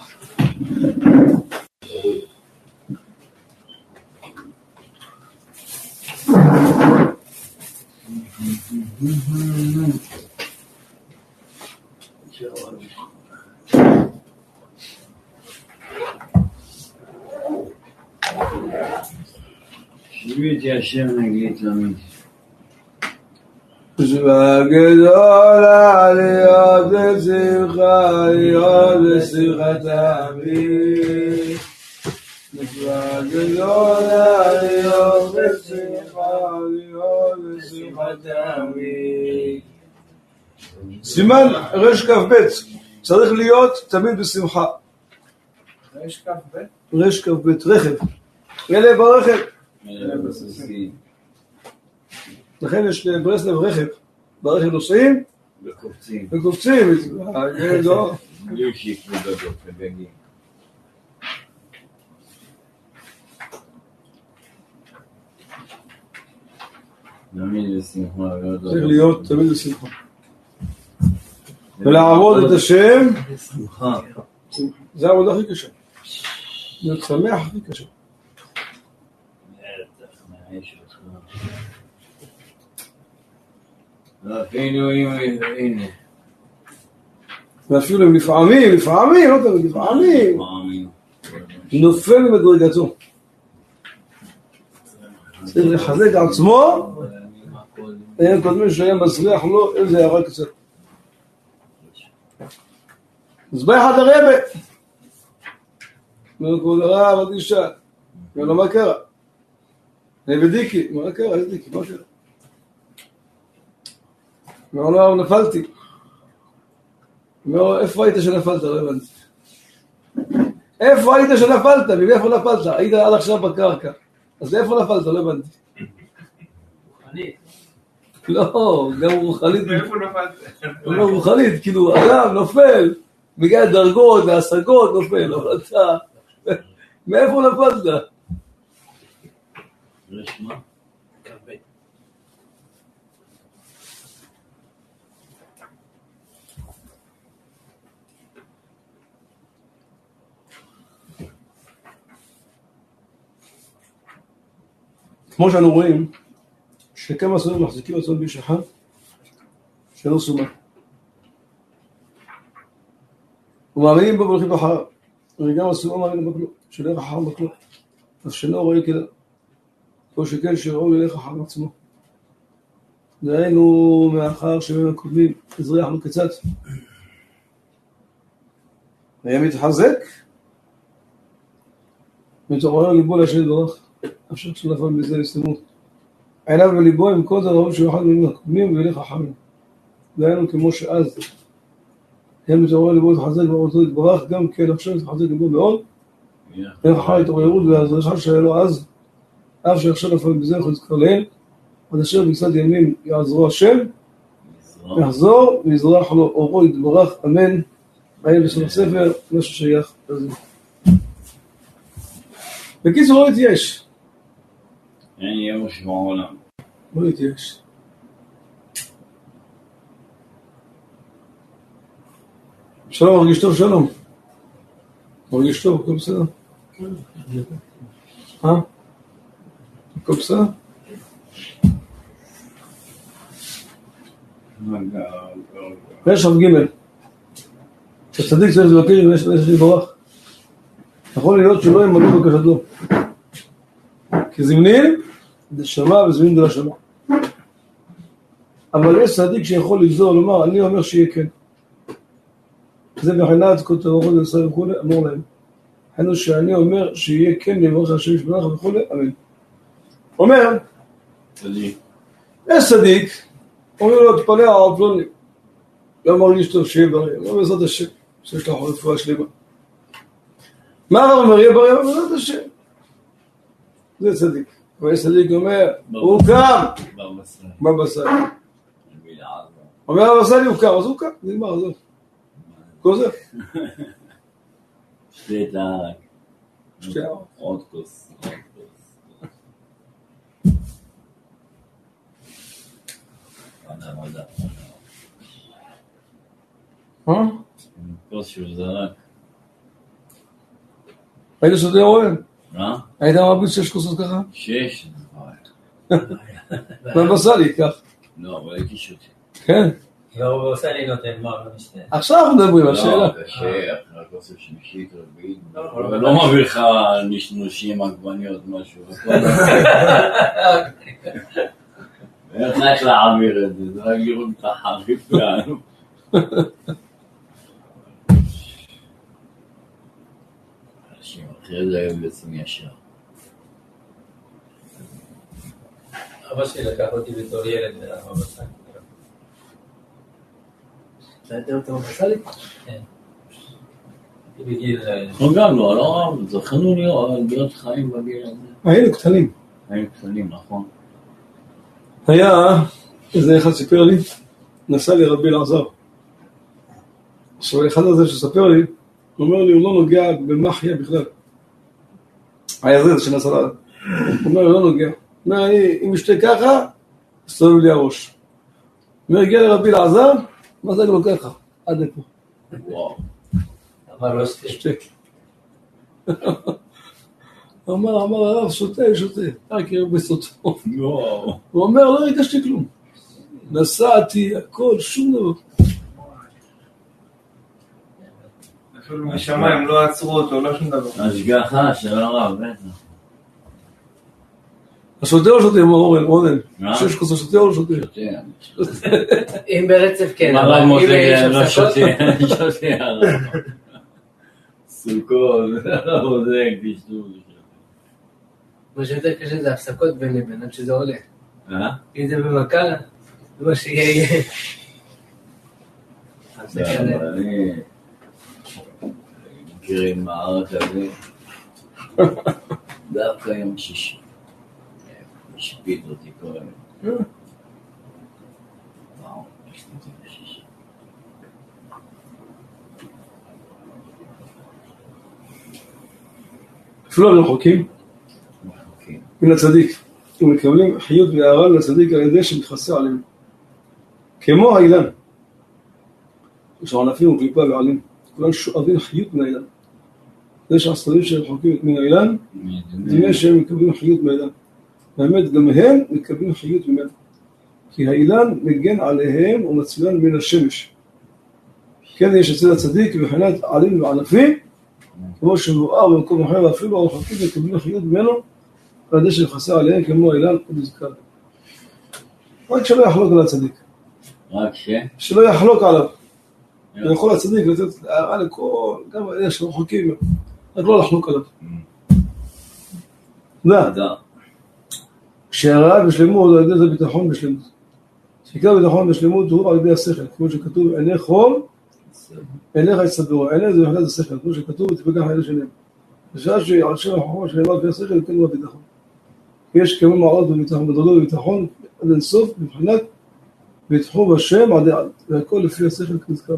שיביתי השם נגיד תמיד. מצווה גדולה להיות בשמחה, להיות בשמחת עמי. מצווה גדולה להיות בשמחה, להיות בשמחת עמי. סימן רש כ"ב, צריך להיות תמיד בשמחה. רש כ"ב? רש כ"ב, רכב. אלה ברכב. אלה בסוסים. לכן יש ברסלב רכב. ברכב נוסעים וקופצים. וקופצים. גדול. יושיק וגדול ובגים. תמיד בשמחה. צריך להיות תמיד בשמחה. ולעבוד את השם. שמחה. זה העבודה הכי קשה. להיות שמח הכי קשה. ואפילו אם הנה. ואפילו אם לפעמים, לפעמים, לא תמיד, לפעמים, נופל ממדרגתו. צריך לחזק עצמו, אין קודמים שהיה מזריח לו איזה הערה קצת. מזבח עד הרבה. אומר כבוד הרב, עד אישה. אומר לו, מה קרה? נבדיקי, מה קרה? איזה דיקי, מה קרה? אומר לו, נפלתי. אומר לו, איפה היית שנפלת? לא הבנתי. איפה היית שנפלת? מאיפה נפלת? היית עד עכשיו בקרקע. אז איפה נפלת? לא הבנתי. רוחנית. לא, גם רוחנית. מאיפה נפלת? לא רוחנית, כאילו, אדם נופל, מגיע דרגות והשגות נופל, אבל אתה, מאיפה נפלת? רשמה? כ"ב. כמו שאנו רואים, שכמה סורים מחזיקים עצמם באיש אחד, שלא סומה. ומאמינים בו והולכים אחריו. וגם הסומה מאמינים בכלום, שלא ילך אחר בכלום. אז שלא רואה כדאי. או שכן שראו ילך אחר עצמו. דהיינו מאחר שבין הקודמים הזריחנו קצת. היה מתחזק, מתעורר ליבו להשם יתברך. אפשר שנפל מזה לסתמות. עיניו וליבו עם כל דרום שהוא אחד מן הקודמים וילך אחריו. דהיינו כמו שאז הם מתעורר לבוא להתחזק ואותו יתברך, גם כן עכשיו להתחזק לבוא מאוד. אין חי התעוררות והזרחה שלו אז, אף שעכשיו נפל בזה יכול לזכר לאל, עד אשר בצד ימים יעזרו השם, יחזור ויזרח לו אורו יתברך, אמן. היה בסוף הספר, משהו שייך לזה. בקיצור, לא להתייאש. אין ייאוש בעולם. לא להתייאש. שלום, מרגיש טוב, שלום. מרגיש טוב, הכל בסדר? אה? הכל בסדר? יש רב ג' כשצדיק צריך לבקש ויש לברך. יכול להיות שלא ימלאו בקשתו. כי זמנים זה שמע וזמנים זה לא שמע. אבל יש צדיק שיכול לגזור לומר, אני אומר שיהיה כן. זה מבחינת כל תברכות לישראל וכו', אמור להם. היינו שאני אומר שיהיה כן לברך השם ישברך וכו', אמן. אומר, צדיק. יש צדיק, אומר לו, תפלא על פלוני. לא מרגיש טוב שיהיה בריא, לא בעזרת השם, שיש לך רפואה שלמה. מה הרב אומר, יהיה בריא, בעזרת השם. זה צדיק. אבל יש צדיק אומר, הוא קם. בבסלי. אומר בבסלי הוא קם, אז הוא קם, זה נגמר, עזוב. כל זה. שתי את הערק. שתי הערק. עוד כוס. עדה, עדה. אה? כוס שהוא זרק. היית שותה אוהל? מה? היית מרביץ שש כוסות ככה? שש. בבסלי, כך. לא, אבל הייתי שותה. כן. לא, ועושה לי נותן, מה, לא משנה. עכשיו אנחנו מדברים על שאלה. לא, קשה, אחרי הכוס השלישית רביעית. אבל לא מביא לך נשנושים, עגבניות, משהו. איך איך להעביר את זה? זה רק לראות את החריף לנו. אנשים אחרי זה היום יוצאים ישר. אבא שלי לקח אותי בתור ילד בבסלי. אתה יודע אותו בבסלי? כן. הייתי בגיל... אנחנו גם לא, לא רב, זכרנו להיות חיים בגיל הזה. היינו קטנים. היינו קטנים, נכון. היה, איזה אחד סיפר לי, נסע לי רבי אלעזר. עכשיו, אחד הזה שספר לי, הוא אומר לי, הוא לא נוגע במחיה בכלל. היה זה שנסע לה. הוא אומר, הוא לא נוגע. הוא אומר, אני, אם אשתה ככה, הסתובב לי הראש. הוא אומר, הגיע לרבי אלעזר, מה זה לא ככה? עד לפה. וואו. אמר לא שתה. שתה. הוא אמר, אמר הרב, שותה, שותה. רק ירבס אותו. וואו. הוא אומר, לא הרגשתי כלום. נסעתי, הכל, שום דבר. אפילו משמיים לא עצרו אותו, לא שום דבר. השגחה של הרב, בטח. השותה או שותה, אמר אורן, אורן. מה? שש כוסות שותה או שותה? שותה. אם ברצף כן, מה אבל רב אם מותג, יש אני לא הפסקות... שותה, שותה הרב. סוכות, לא מותג, תשתו. מה שיותר קשה זה הפסקות בין לבין, עד שזה עולה. אה? אם זה במקלה, זה מה שיהיה יהיה. אבל אני... מכירים מערך הזה. דווקא יום שישי. השפיט אותי כל היום. וואו, יש לי את זה בשישי. אפילו לא רחוקים מן הצדיק, ומקבלים חיות והערה לצדיק על ידי שמתחסה עליהם. כמו האילן, יש ענפים וקליפה ועלים, כולם שואבים חיות מן האילן. יש עשרים שרחוקים מן האילן, דמי שהם מקבלים חיות מהאילן. באמת גם הם מקבלים חיות ממנו. כי האילן מגן עליהם ומצילן מן השמש. כן יש אצל הצדיק מבחינת עלים וענפים, כמו שמואר במקום אחר, ואפילו הרחוקים מקבלים חיות ממנו, על ידי שנכנסה עליהם כמו האילן ונזכר. רק שלא יחלוק על הצדיק. רק ש? שלא יחלוק עליו. ויכול הצדיק לתת הערה לכל, גם אלה שרחוקים, רק לא לחלוק עליו. תודה. כשהרעה בשלמות, על ידי זה ביטחון בשלמות. שעיקר ביטחון בשלמות הוא על ידי השכל, כמו שכתוב, עיני חול עיניך יצטברו, עיני זה בחינת השכל, כמו שכתוב, ותפקח העיני שלהם. בשעה שעל שם החוכמה שנאמר לפי השכל, כן הוא הביטחון. יש כמה מעלות בביטחון, מדרגות בביטחון, עד אינסוף, מבחינת ביטחון בשם עד עד, והכל לפי השכל כנזכר.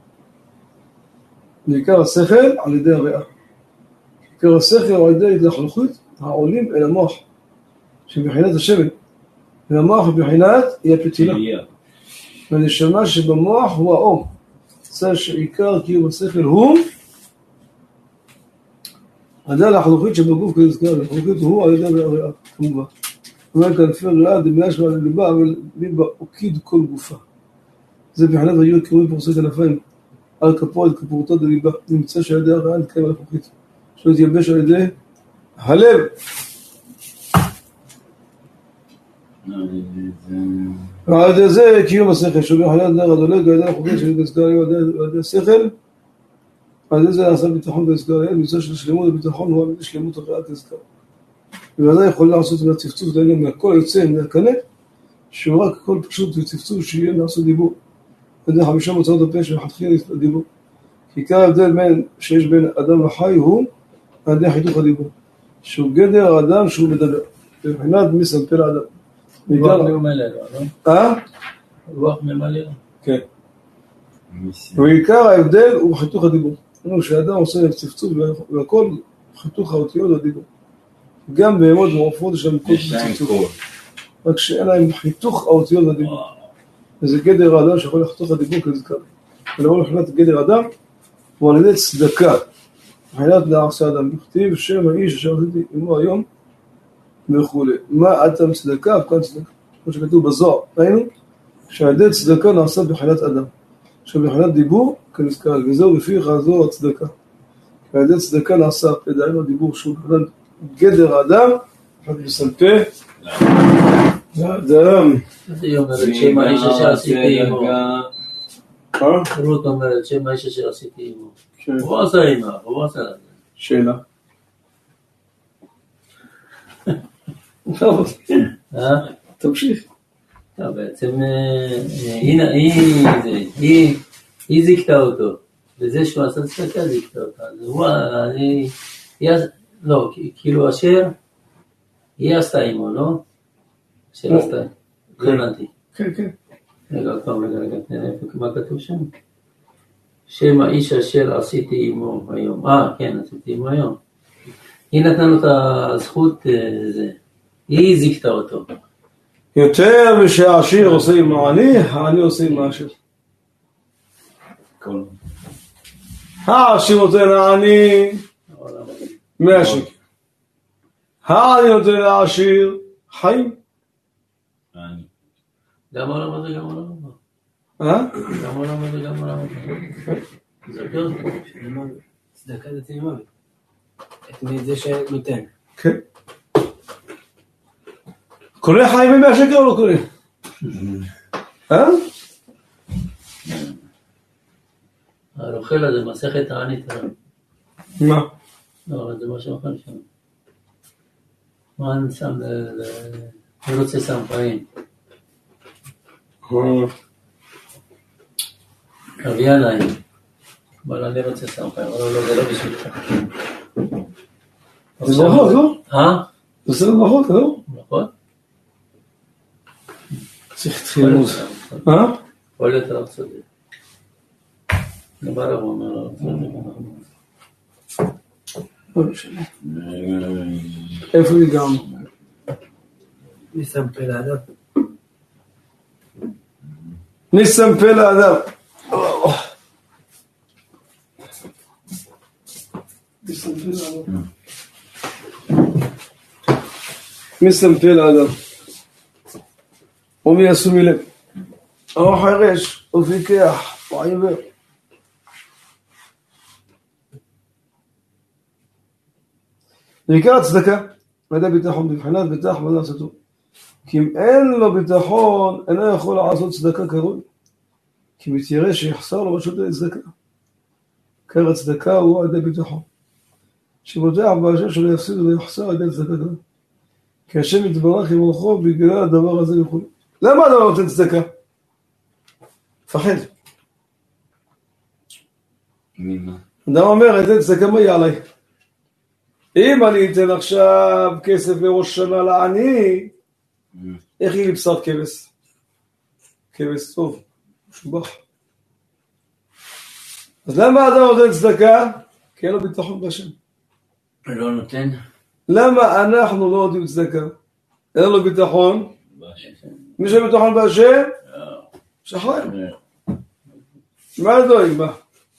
בעיקר השכל על ידי הריאה. בעיקר השכל על ידי התלכלכות העולים אל המוח, שבחינת השמן. והמוח בבחינת היא הפתילה. והנשמה שבמוח הוא האור. זה שעיקר קיום השכל הוא עדיין החלוכית שבגוף כנזכר, החלוכית הוא על ידי הריאה, כמובן. אומר כאן לפי הריאה, דמיה שלה לליבה, אבל ליבה עוקיד כל גופה. זה בחינת היו קירויים פורסי כנפיים, על כפו עד כפורתו דליבה, נמצא שעל ידי הריאה נתקיים על החלוכית, שלא יתייבש על ידי הלב. ועל ידי זה קיום השכל, שאומר חלת נר הדולג, על ידי החלוכית של כנזכר על ידי השכל, על ידי זה נעשה ביטחון כנזכר, על ידי מצווה של שלמות הביטחון הוא על ידי שלמות הריאה כנזכר. ובזה יכול לעשות מהצפצוף דיינים מהכל יוצא מהקנה, שהוא רק הכל פשוט וצפצוף שיהיה לעשות דיבור. על ידי חמישה מוצאות הפה שמחתחיל לדיבור. כי עיקר ההבדל בין שיש בין אדם וחי הוא על ידי חיתוך הדיבור. שהוא גדר האדם שהוא מדבר. מבחינת מי סמפה לאדם. רוח ממלא לו, לא? אה? רוח ממלא לו. כן. ועיקר ההבדל הוא חיתוך הדיבור. כשאדם עושה צפצוף והכל חיתוך האותיות והדיבור. גם בהמות מעופות יש להם כל צפצוף. רק שאין להם חיתוך האותיות והדיבור. וזה גדר האדם שיכול לחתוך הדיבור כנזכר. ולאור מבחינת גדר האדם הוא על ידי צדקה. מבחינת נעשה אדם. נכתיב שם האיש אשר עשיתי עמו היום וכו'. מה אתם צדקה? כאן צדקה. כמו שכתוב בזוהר. ראינו? שעל ידי צדקה נעשה מבחינת אדם. שבבחינת דיבור כנזכר. וזהו בפיך זו הצדקה. על ידי צדקה נעשה פדעים הדיבור שהוא מבחינת גדר האדם. רק מסלפה. לאדם. היא אומרת שם האיש אשר עשיתי עמו. אה? רות אומרת שם האיש אשר עשיתי עמו. הוא עשה עמה, הוא עשה לזה. שאלה. אה? תמשיך. בעצם היא זיקתה אותו. וזה שהוא עשה צדקה זיקתה אותה. הוא, אני... לא, כאילו אשר היא עשתה עמו, לא? אשר עשתה. זה הבנתי. כן, כן. רגע, פעם רגע, רגע, נראה מה כתוב שם. שם האיש אשר עשיתי עמו היום. אה, כן, עשיתי עמו היום. היא נתנה לו את הזכות, זה. היא זיקתה אותו. יותר משהעשיר עושה עם העני, העני עושה עם העשיר. העשיר נותן לעני מאה שקל. העני נותן לעשיר חיים. גם עולם הזה, גם עולם הזה. אה? גם עולם הזה, גם עולם הזה. זה יותר טוב. צדקה זה תלמוד. את מי זה שנותן. כן. קונה חיים במאה שקל או לא קונה? אה? הרוכל הזה, מסכת הענית. מה? לא, אבל זה משהו אחר שם. מה אני שם ל... אני רוצה שם חיים. רבי ינאי. אבל אני רוצה שם חיים, אבל לא, זה לא בשבילך. זה ברכות, לא? אה? זה סרט ברכות, לא? נכון? צריך להתחיל ללמוד. אה? יכול להיות הרב צודק. דבר הרב אומר הרב צודק. לא משנה. איפה הגענו? מי שם פה לאדם? מי שם פה לאדם? מי שם פה לאדם? מי שם פה לאדם? ומי עשו מלב? או חרש, או פיקח, או עיוור. בעיקר הצדקה, ועדי ביטחון בבחינת ביטח ולעשתו. כי אם אין לו ביטחון, אינו יכול לעשות צדקה כראוי. כי מתיירא שיחסר לו פשוט צדקה. עיקר הצדקה הוא עדי ביטחון. שבוטח בהשם שלא יפסיד ולא יחסר עדי צדקה כראוי. כי השם יתברך עם רוחו בגלל הדבר הזה וכו'. למה אתה לא נותן צדקה? פחד. ממה? אדם אומר, אתן צדקה מה יהיה עליי? אם אני אתן עכשיו כסף בראש שנה לעני, איך יהיה לי בשר כבש? כבש טוב, משובח. אז למה אדם נותן צדקה? כי אין לו ביטחון בהשם. לא נותן? למה אנחנו לא נותנים צדקה? אין לו ביטחון? מי שיש ביטחון בהשם? שחרר. מה זה דואג? מה?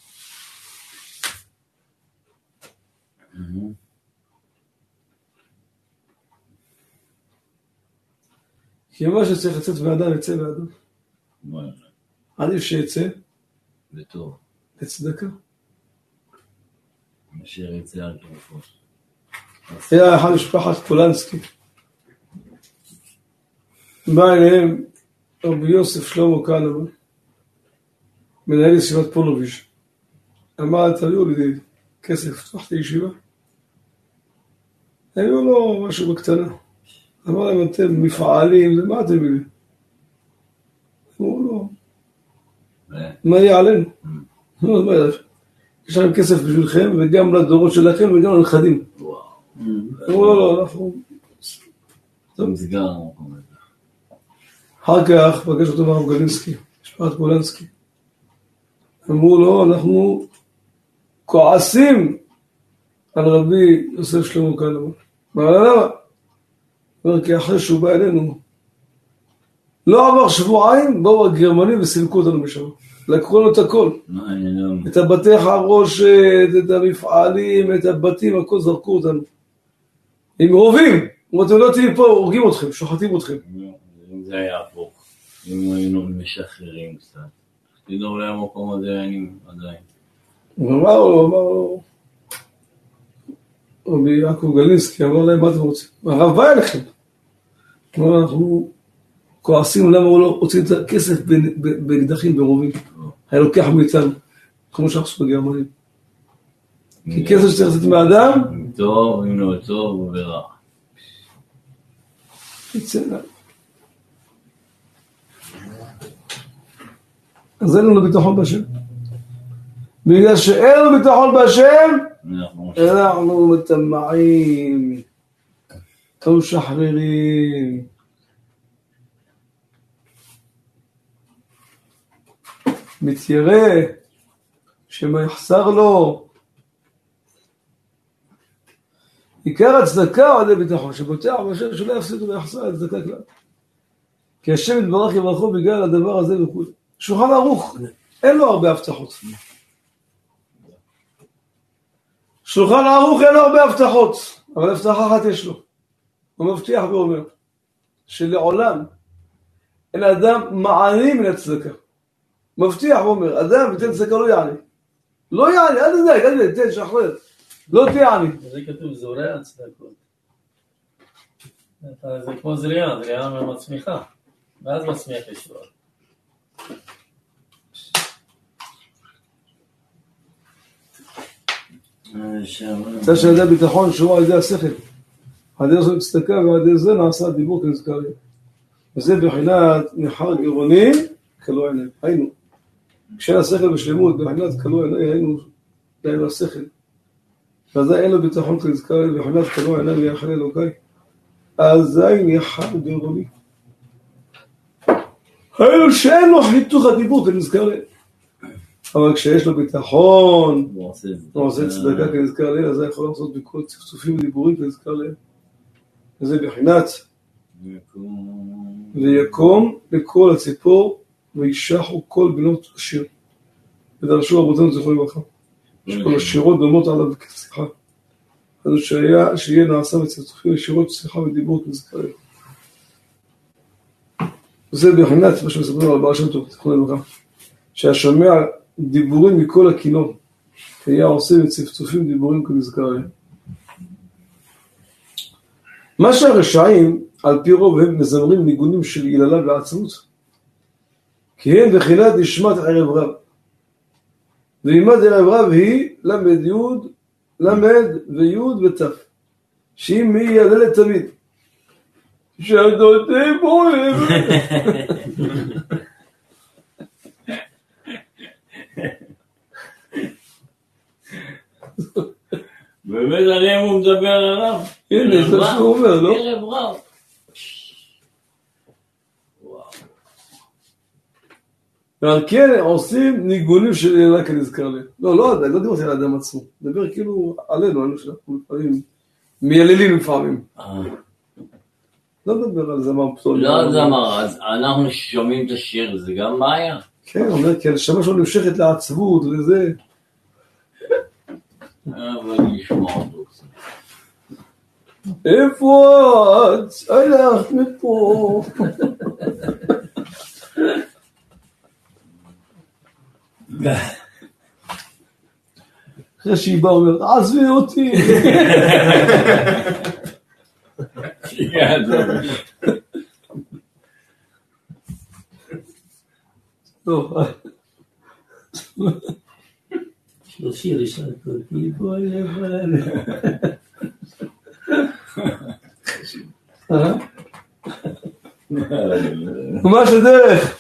כי מה שצריך לצאת באדם, יצא באדם. עדיף שיצא בטוב. לצדקה. אשר יצא על כרפות. היה אחד משפחת פולנסקי. בא אליהם רבי יוסף שלמה קלמן, מנהל ישיבת פונוביץ'. אמר, תביאו לי כסף, תפתח את הישיבה. היו לו משהו בקטנה. אמר להם, אתם מפעלים, למה אתם מילים? אמרו לו, מה יהיה עלינו? אמרו לו, מה יהיה? יש להם כסף בשבילכם, וגם לדורות שלכם, וגם לנכדים. אמרו לו, לא, אנחנו... מסגר המקום הזה. אחר כך פגש אותו הרב גלינסקי, משפחת פולנסקי. אמרו לו, אנחנו כועסים על רבי יוסף שלמה קלמן. מה, למה? אומר, כי אחרי שהוא בא אלינו, לא עבר שבועיים, באו הגרמנים וסילקו אותנו משם. לקחו לנו את הכל. את הבתי חרושת, את המפעלים, את הבתים, הכל זרקו אותנו. עם רובים. אם אתם לא תהיו פה, הורגים אתכם, שוחטים אתכם. אם זה היה הפוך, אם היינו משחררים קצת. תדעו לי המקום הזה, אני עדיין. הוא אמר לו, הוא אמר לו, רבי יעקב גלינסקי, אמר להם, מה אתם רוצים? הרב בא אליכם. הוא אמר, אנחנו כועסים למה הוא לא הוציא את הכסף בקדחים ברובים. היה לוקח מאיתנו, כמו שאנחנו בגרמנים. כי כסף שצריך לצאת מהאדם, טוב, אם לא טוב ורע. יצא לה. אז אין לנו ביטחון בהשם. בגלל שאין לנו ביטחון בהשם, אנחנו מטמעים, אנחנו משחררים. מתיירא, שמה יחסר לו. עיקר הצדקה הוא עדי ביטחון, שבוטח בהשם שלא יפסיד ויחסר הצדקה כלל. כי השם יתברך יברכו בגלל הדבר הזה וכו'. שולחן ערוך, אין לו הרבה הבטחות. שולחן ערוך אין לו הרבה הבטחות, אבל הבטחה אחת יש לו. הוא מבטיח ואומר, שלעולם אין אדם מעני מן הצדקה. מבטיח ואומר, אדם ייתן צדקה לא יעני. לא יעני, אל תדאג, אל תדאג, תן שחרר. לא תעני. זה כתוב זורע צדקות. זה כמו זריעה, זריעה מצמיחה. ואז מצמיח ישועה. זה שעל ידי ביטחון שהוא על ידי השכל. על ידי זאת צדקה ועל ידי זה נעשה דיבור כנזכרים. וזה בחינת נחר גירוני כלוא עיניים. היינו. כשאין השכל בשלמות בחינת כלוא עיניים היינו דהיינו השכל. וזה אין לו ביטחון כנזכרים בחינת כלוא עיניים ויחל אלוקי. אז זה נחר גירוני. היינו שאין לו חיתוך הדיבור כנזכרים. אבל כשיש לו ביטחון, הוא עושה צדקה כנזכר להם, אז זה יכול לעשות בכל צפצופים ודיבורים כנזכר להם. וזה בחינת ויקום לכל הציפור וישחו כל בנות השיר. ודרשו רבותינו זכרו לברכה. שכל השירות דומות עליו כשיחה. אז שהיה, שיהיה נעשה בצפצופים ושירות שיחה ודיבור כנזכר להם. וזה בחינת מה שמספרים על בעל שם טוב, זכרו לברכה. שהשומע דיבורים מכל הכינור, היה עושה וצפצופים דיבורים כנזכר להם. מה שהרשעים, על פי רוב, הם מזמרים ניגונים של יללה ועצמות, כי הם בחינת נשמת ערב רב. ואימת ערב רב היא למד יוד, למד ויוד ותף, שהיא מי יללת תמיד. שעדותי בורים. באמת עליהם הוא מדבר עליו. הנה, זה מה שהוא אומר, לא? ערב רב. ועל כן עושים ניגונים של רק הנזכר לי. לא, לא, לא דיברתי על האדם עצמו. מדבר כאילו עלינו, עלינו שאנחנו לפעמים מייללים לפעמים. לא מדבר על זמר פסול. לא זמר, אז אנחנו שומעים את השיר, זה גם בעיה. כן, אומר, כי הנשמה שלו נמשכת לעצבות וזה. אבל נשמע אותו קצת. איפה את? הלכת מפה. אחרי שהיא באה אומרת, עזבי אותי. טוב. יש לו שיר, יש לו אותי, בוא לבן. ממש הדרך.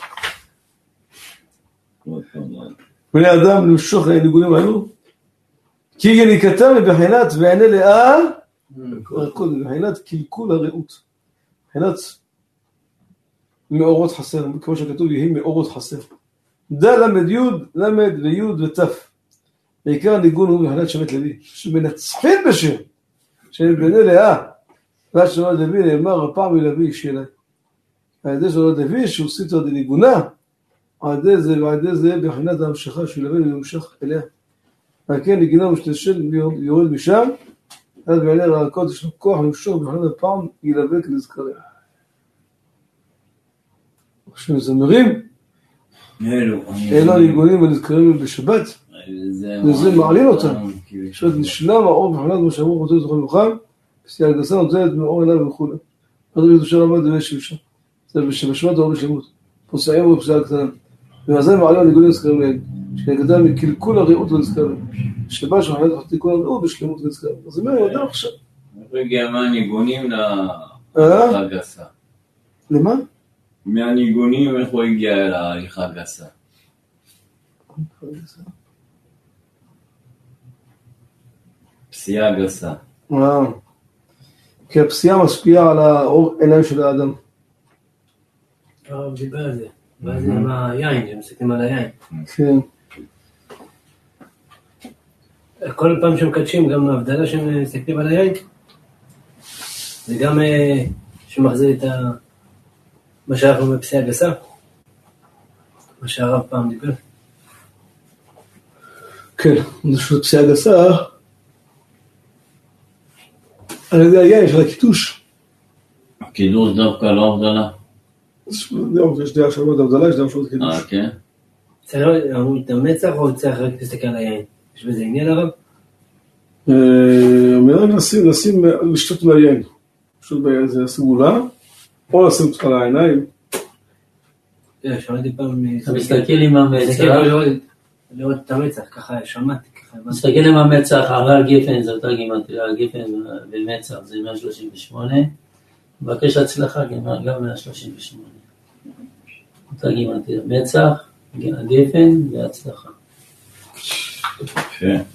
בני אדם למשוך לניגונים האלו, כי יניקתם מבחינת ועיני לאה, מבחינת קלקול הרעות, מבחינת מאורות חסר, כמו שכתוב יהי מאורות חסר. דה למד יוד, למד ויוד ותף. בעיקר הניגון הוא מבחינת שבט לוי, שמנצחים בשיר, של בני לאה, ועד שנולד לוי נאמר הפעם מלוי אישי אליי. על ידי שנולד לוי שהוא סיטו עד ניגונה, על ידי זה ועל ידי זה בחינת ההמשכה של לוי נמשך אליה. ועל כן נגינה משתשל ויורד משם, עד בעיני רעקות יש לו כוח למשוך בחינת הפעם ילווה כנזכריה. עכשיו זמרים, אלו ניגונים ונזכרים בשבת, וזה מעלין אותם. עכשיו נשלם האור בחינת מה שאמרו חוצה לזוכר מוכם, פסיעה הגדסה נותנת מאור אליו וכו'. עד בקדושה רמת דבי שבשה. זה בשבת האור בשלמות. פוסעים ובפסיעה הקטנה. ומאזן מעלים הניגונים נזכרים להם. שנגדם מקלקול הרעות ונזכרים. שבה שחיינת תיקון הרעות בשלמות ונזכרים. אז זה מה יודע עכשיו. איך הגיע מהניגונים להליכה גסה? למה? מהניגונים איך הוא הגיע להליכה גסה? פסיעה גסה. וואו. כי הפסיעה משפיעה על האור עיניים של האדם. הרב דיבר על זה. ואז עם היין, הם מסתכלים על היין. כן. כל פעם שמקדשים, גם ההבדלה שהם מסתכלים על היין, זה גם שמחזיר את מה שאנחנו בפסיעה גסה, מה שהרב פעם דיבר. כן, זה של פסיעה גסה, על ידי היין של הקיטוש. הקידוש דווקא לא הבדלה. יש דעה שאומרת הבדלה, יש דעה שאומרת קידוש. אה, כן? צריך את המצח או צריך רק להסתכל על היין? יש בזה עניין הרב? אומר נשים, נשים לשתות מהיין. פשוט ביין זה סגולה, או לשים אותך על העיניים. כן, שמעתי פעם... אתה מסתכל עם המצח. לראות את המצח, ככה שמעתי. מסתכל עם המצח, הרי הגפן, זה אותה גימטריה, הגפן ומצח זה מאה שלושים ושמונה. מבקש הצלחה גם מאה שלושים ושמונה. אותה גימטריה, מצח, הגפן והצלחה. כן.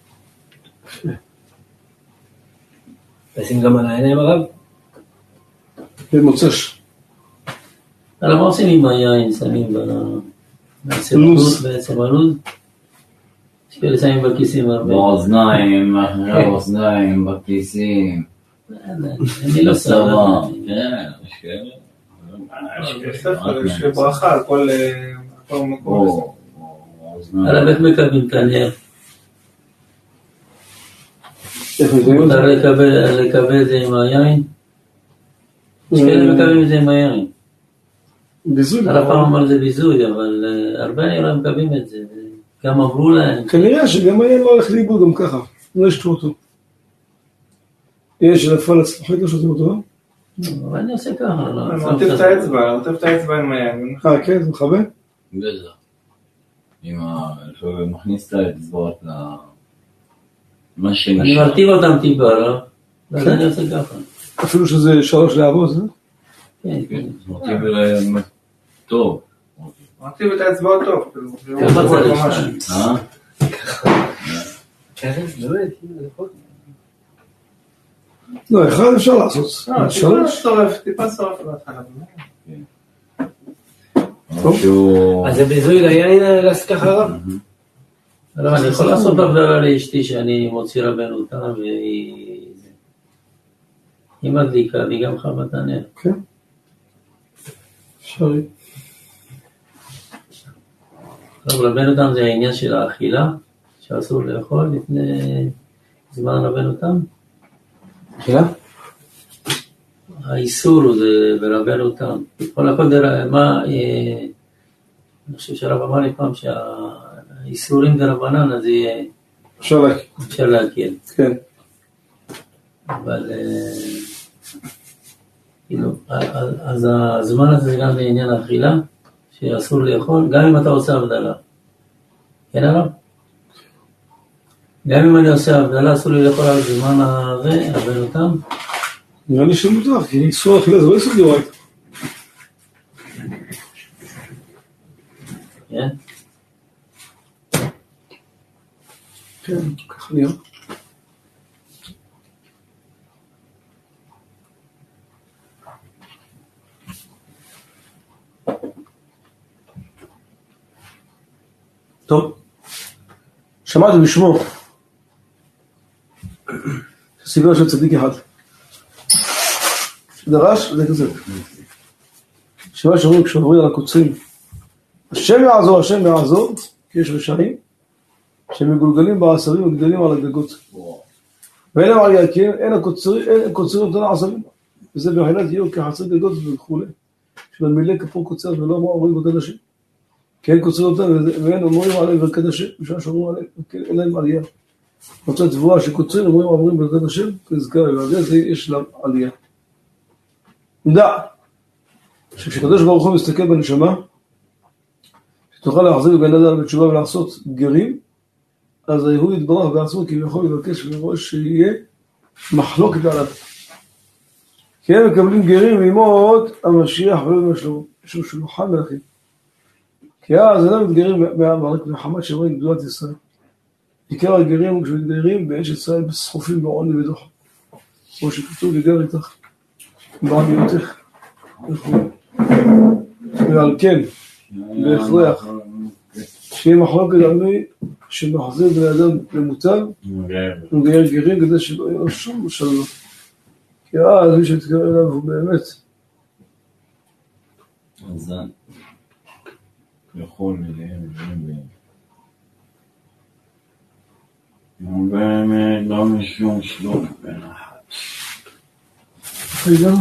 לשים גם על העיניים הרב? במוצש. אבל מה עושים עם היין? שמים בלוז, בעצם הלוז? יש כאלה שמים בכיסים הרבה. באוזניים, אחרי האוזניים, בכיסים. אני לא סבבה. כן, יש כאלה. יש ספר, יש ברכה על כל מקום. על הבית מקבים כנראה. אתה לקבל את זה עם היין? יש כאלה מקבים את זה עם היין. ביזוי. על הפעם אמר זה ביזוי, אבל הרבה נראה מקבים את זה. גם אמרו להם. כנראה שגם היין לא הולך לאיבוד גם ככה. לא ישתו אותו. יש נפל הצלחית לא שותים אותו, אבל אני עושה ככה. אני מוטף את האצבע, אני מוטף את האצבע עם היין. אה, כן, זה מכוון? בטח. אם הוא מכניס את האצבעות למה שנשאר. אני מרטיב אותם טיפה, לא? אז אני עושה ככה. אפילו שזה שלוש להבות, אה? כן, כן. מרטיב להם טוב. מרטיב את האצבעות טוב. כמה צריך? אה? בסדר, באמת, לא, אחד אפשר לעשות. לא, שלוש. שורף, טיפה שורף בהתחלה. אז זה ביזוי ליין לעשות ככה רב? לא, אני יכול לעשות הבדלה לאשתי שאני מוציא רבנו אותה והיא היא מדליקה והיא גם חוות הנר. כן. אפשרי. טוב, רבנו אותם זה העניין של האכילה, שאסור לאכול לפני זמן רבנו אותם. אכילה? האיסור הוא זה ברבנו אותם. כל הכל דרך, מה, אני חושב שהרב אמר לי פעם שהאיסורים דרבנן, אז יהיה... אפשר להקל. אפשר להקל. כן. אבל... כאילו, אז הזמן הזה זה גם לעניין האכילה, שאסור לאכול, גם אם אתה עושה הבדלה. כן הרב? גם אם אני עושה הבדלה, אסור לי לאכול על זמן הזה, אבל אותם. נראה לי שמותר, כי איסור אכילה זה לא איסור דאורייתא. כן? כן, ככה נראה. טוב, שמעתי בשמו סיפור של צדיק אחד דרש, זה כזה שמה שאומרים כשאומרים על הקוצרים השם יעזור, השם יעזור כי יש רשעים שמגולגלים בעשבים ומגדלים על הגגות ואין להם עלייה כי אין הקוצרים אותם העשבים וזה בהחלט יהיו כחצר גגות וכו' שבמילה כפור קוצר ולא אומרים בגד השם כי אין קוצרים אותם ואין אומרים עליהם ברכת השם בשעה שאומרים עליהם אין להם עלייה אותה תבואה שקוצרים אומרים אומרים ברכת השם כזכר ועלייה זה יש לה עלייה נדע שכשקדוש ברוך הוא מסתכל בנשמה שתוכל להחזיר בבן אדם בתשובה ולעשות גרים אז הוא יתברך בעצמו כי הוא יכול לבקש ורואה שיהיה מחלוקת עליו כי הם מקבלים גרים ועימות המשיח ולא במשלום שהוא שלוחם מלכים כי אז אדם מתגרים מהחמת שאומרים גדולת ישראל עיקר הגרים כשמתגרים באש ישראל בסחופים בעוני ודוח כמו שכתוב לגר איתך בעמיותך ועל כן בהכרח שיהיה מחלוקת על מי שמחזיר בני אדם למוטב ומגייר גרים כדי שלא יהיה שום שלום כי אז מי שמתקרב אליו הוא באמת אז יכול מלאים באמת לא משום שלום בנחת רגע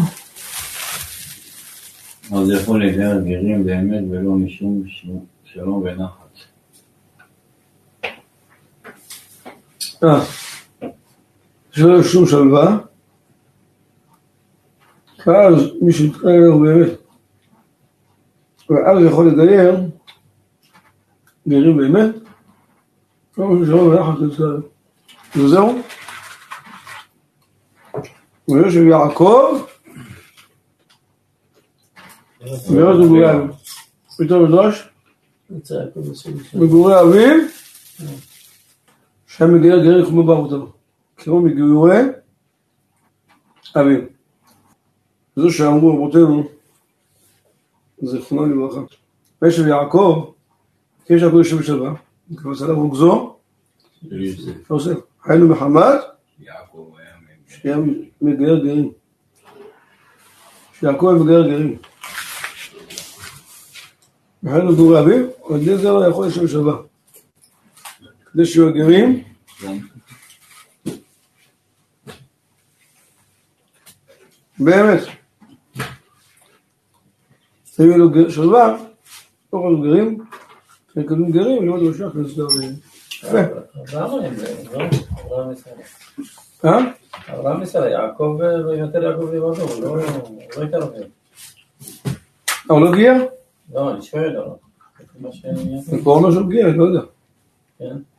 אז יכול להיגר גרים באמת ולא משום שלום בנחת אה שלא שום שלווה ואז מי שמתקרב אליו באמת ואז יכול לגייר גרים באמת לא משום שלום בנחת לצלם וזהו ויושב יעקב וירד מגורי אביו פתאום מדרש מגורי אביו שם מגייר גרים כמו באבותיו כי הוא מגורי אביו וזו שאמרו אבותינו זכרונו לברכה וישב יעקב כי יש הכל יושב בשלווה וכבש עליו רוגזו יוסף חיינו מחמד שהיה מגייר גרים שיעקב מגייר גרים וחיינו מגורי אביו ועל זה לא יכול לשב בשלווה כדי שיהיו הגרים באמת תהיה לו שלווה לא יכולים גרים כשקדום גרים לא דורשך לסדר יפה אברהם הם זה, לא? אברהם ישראל אה? אברהם ישראל, יעקב ויותר יעקב ויבדו, הוא לא התערב הוא לא הגיע? לא, אני שואל, לא זה כבר לא שהוא הגיע, אני לא יודע כן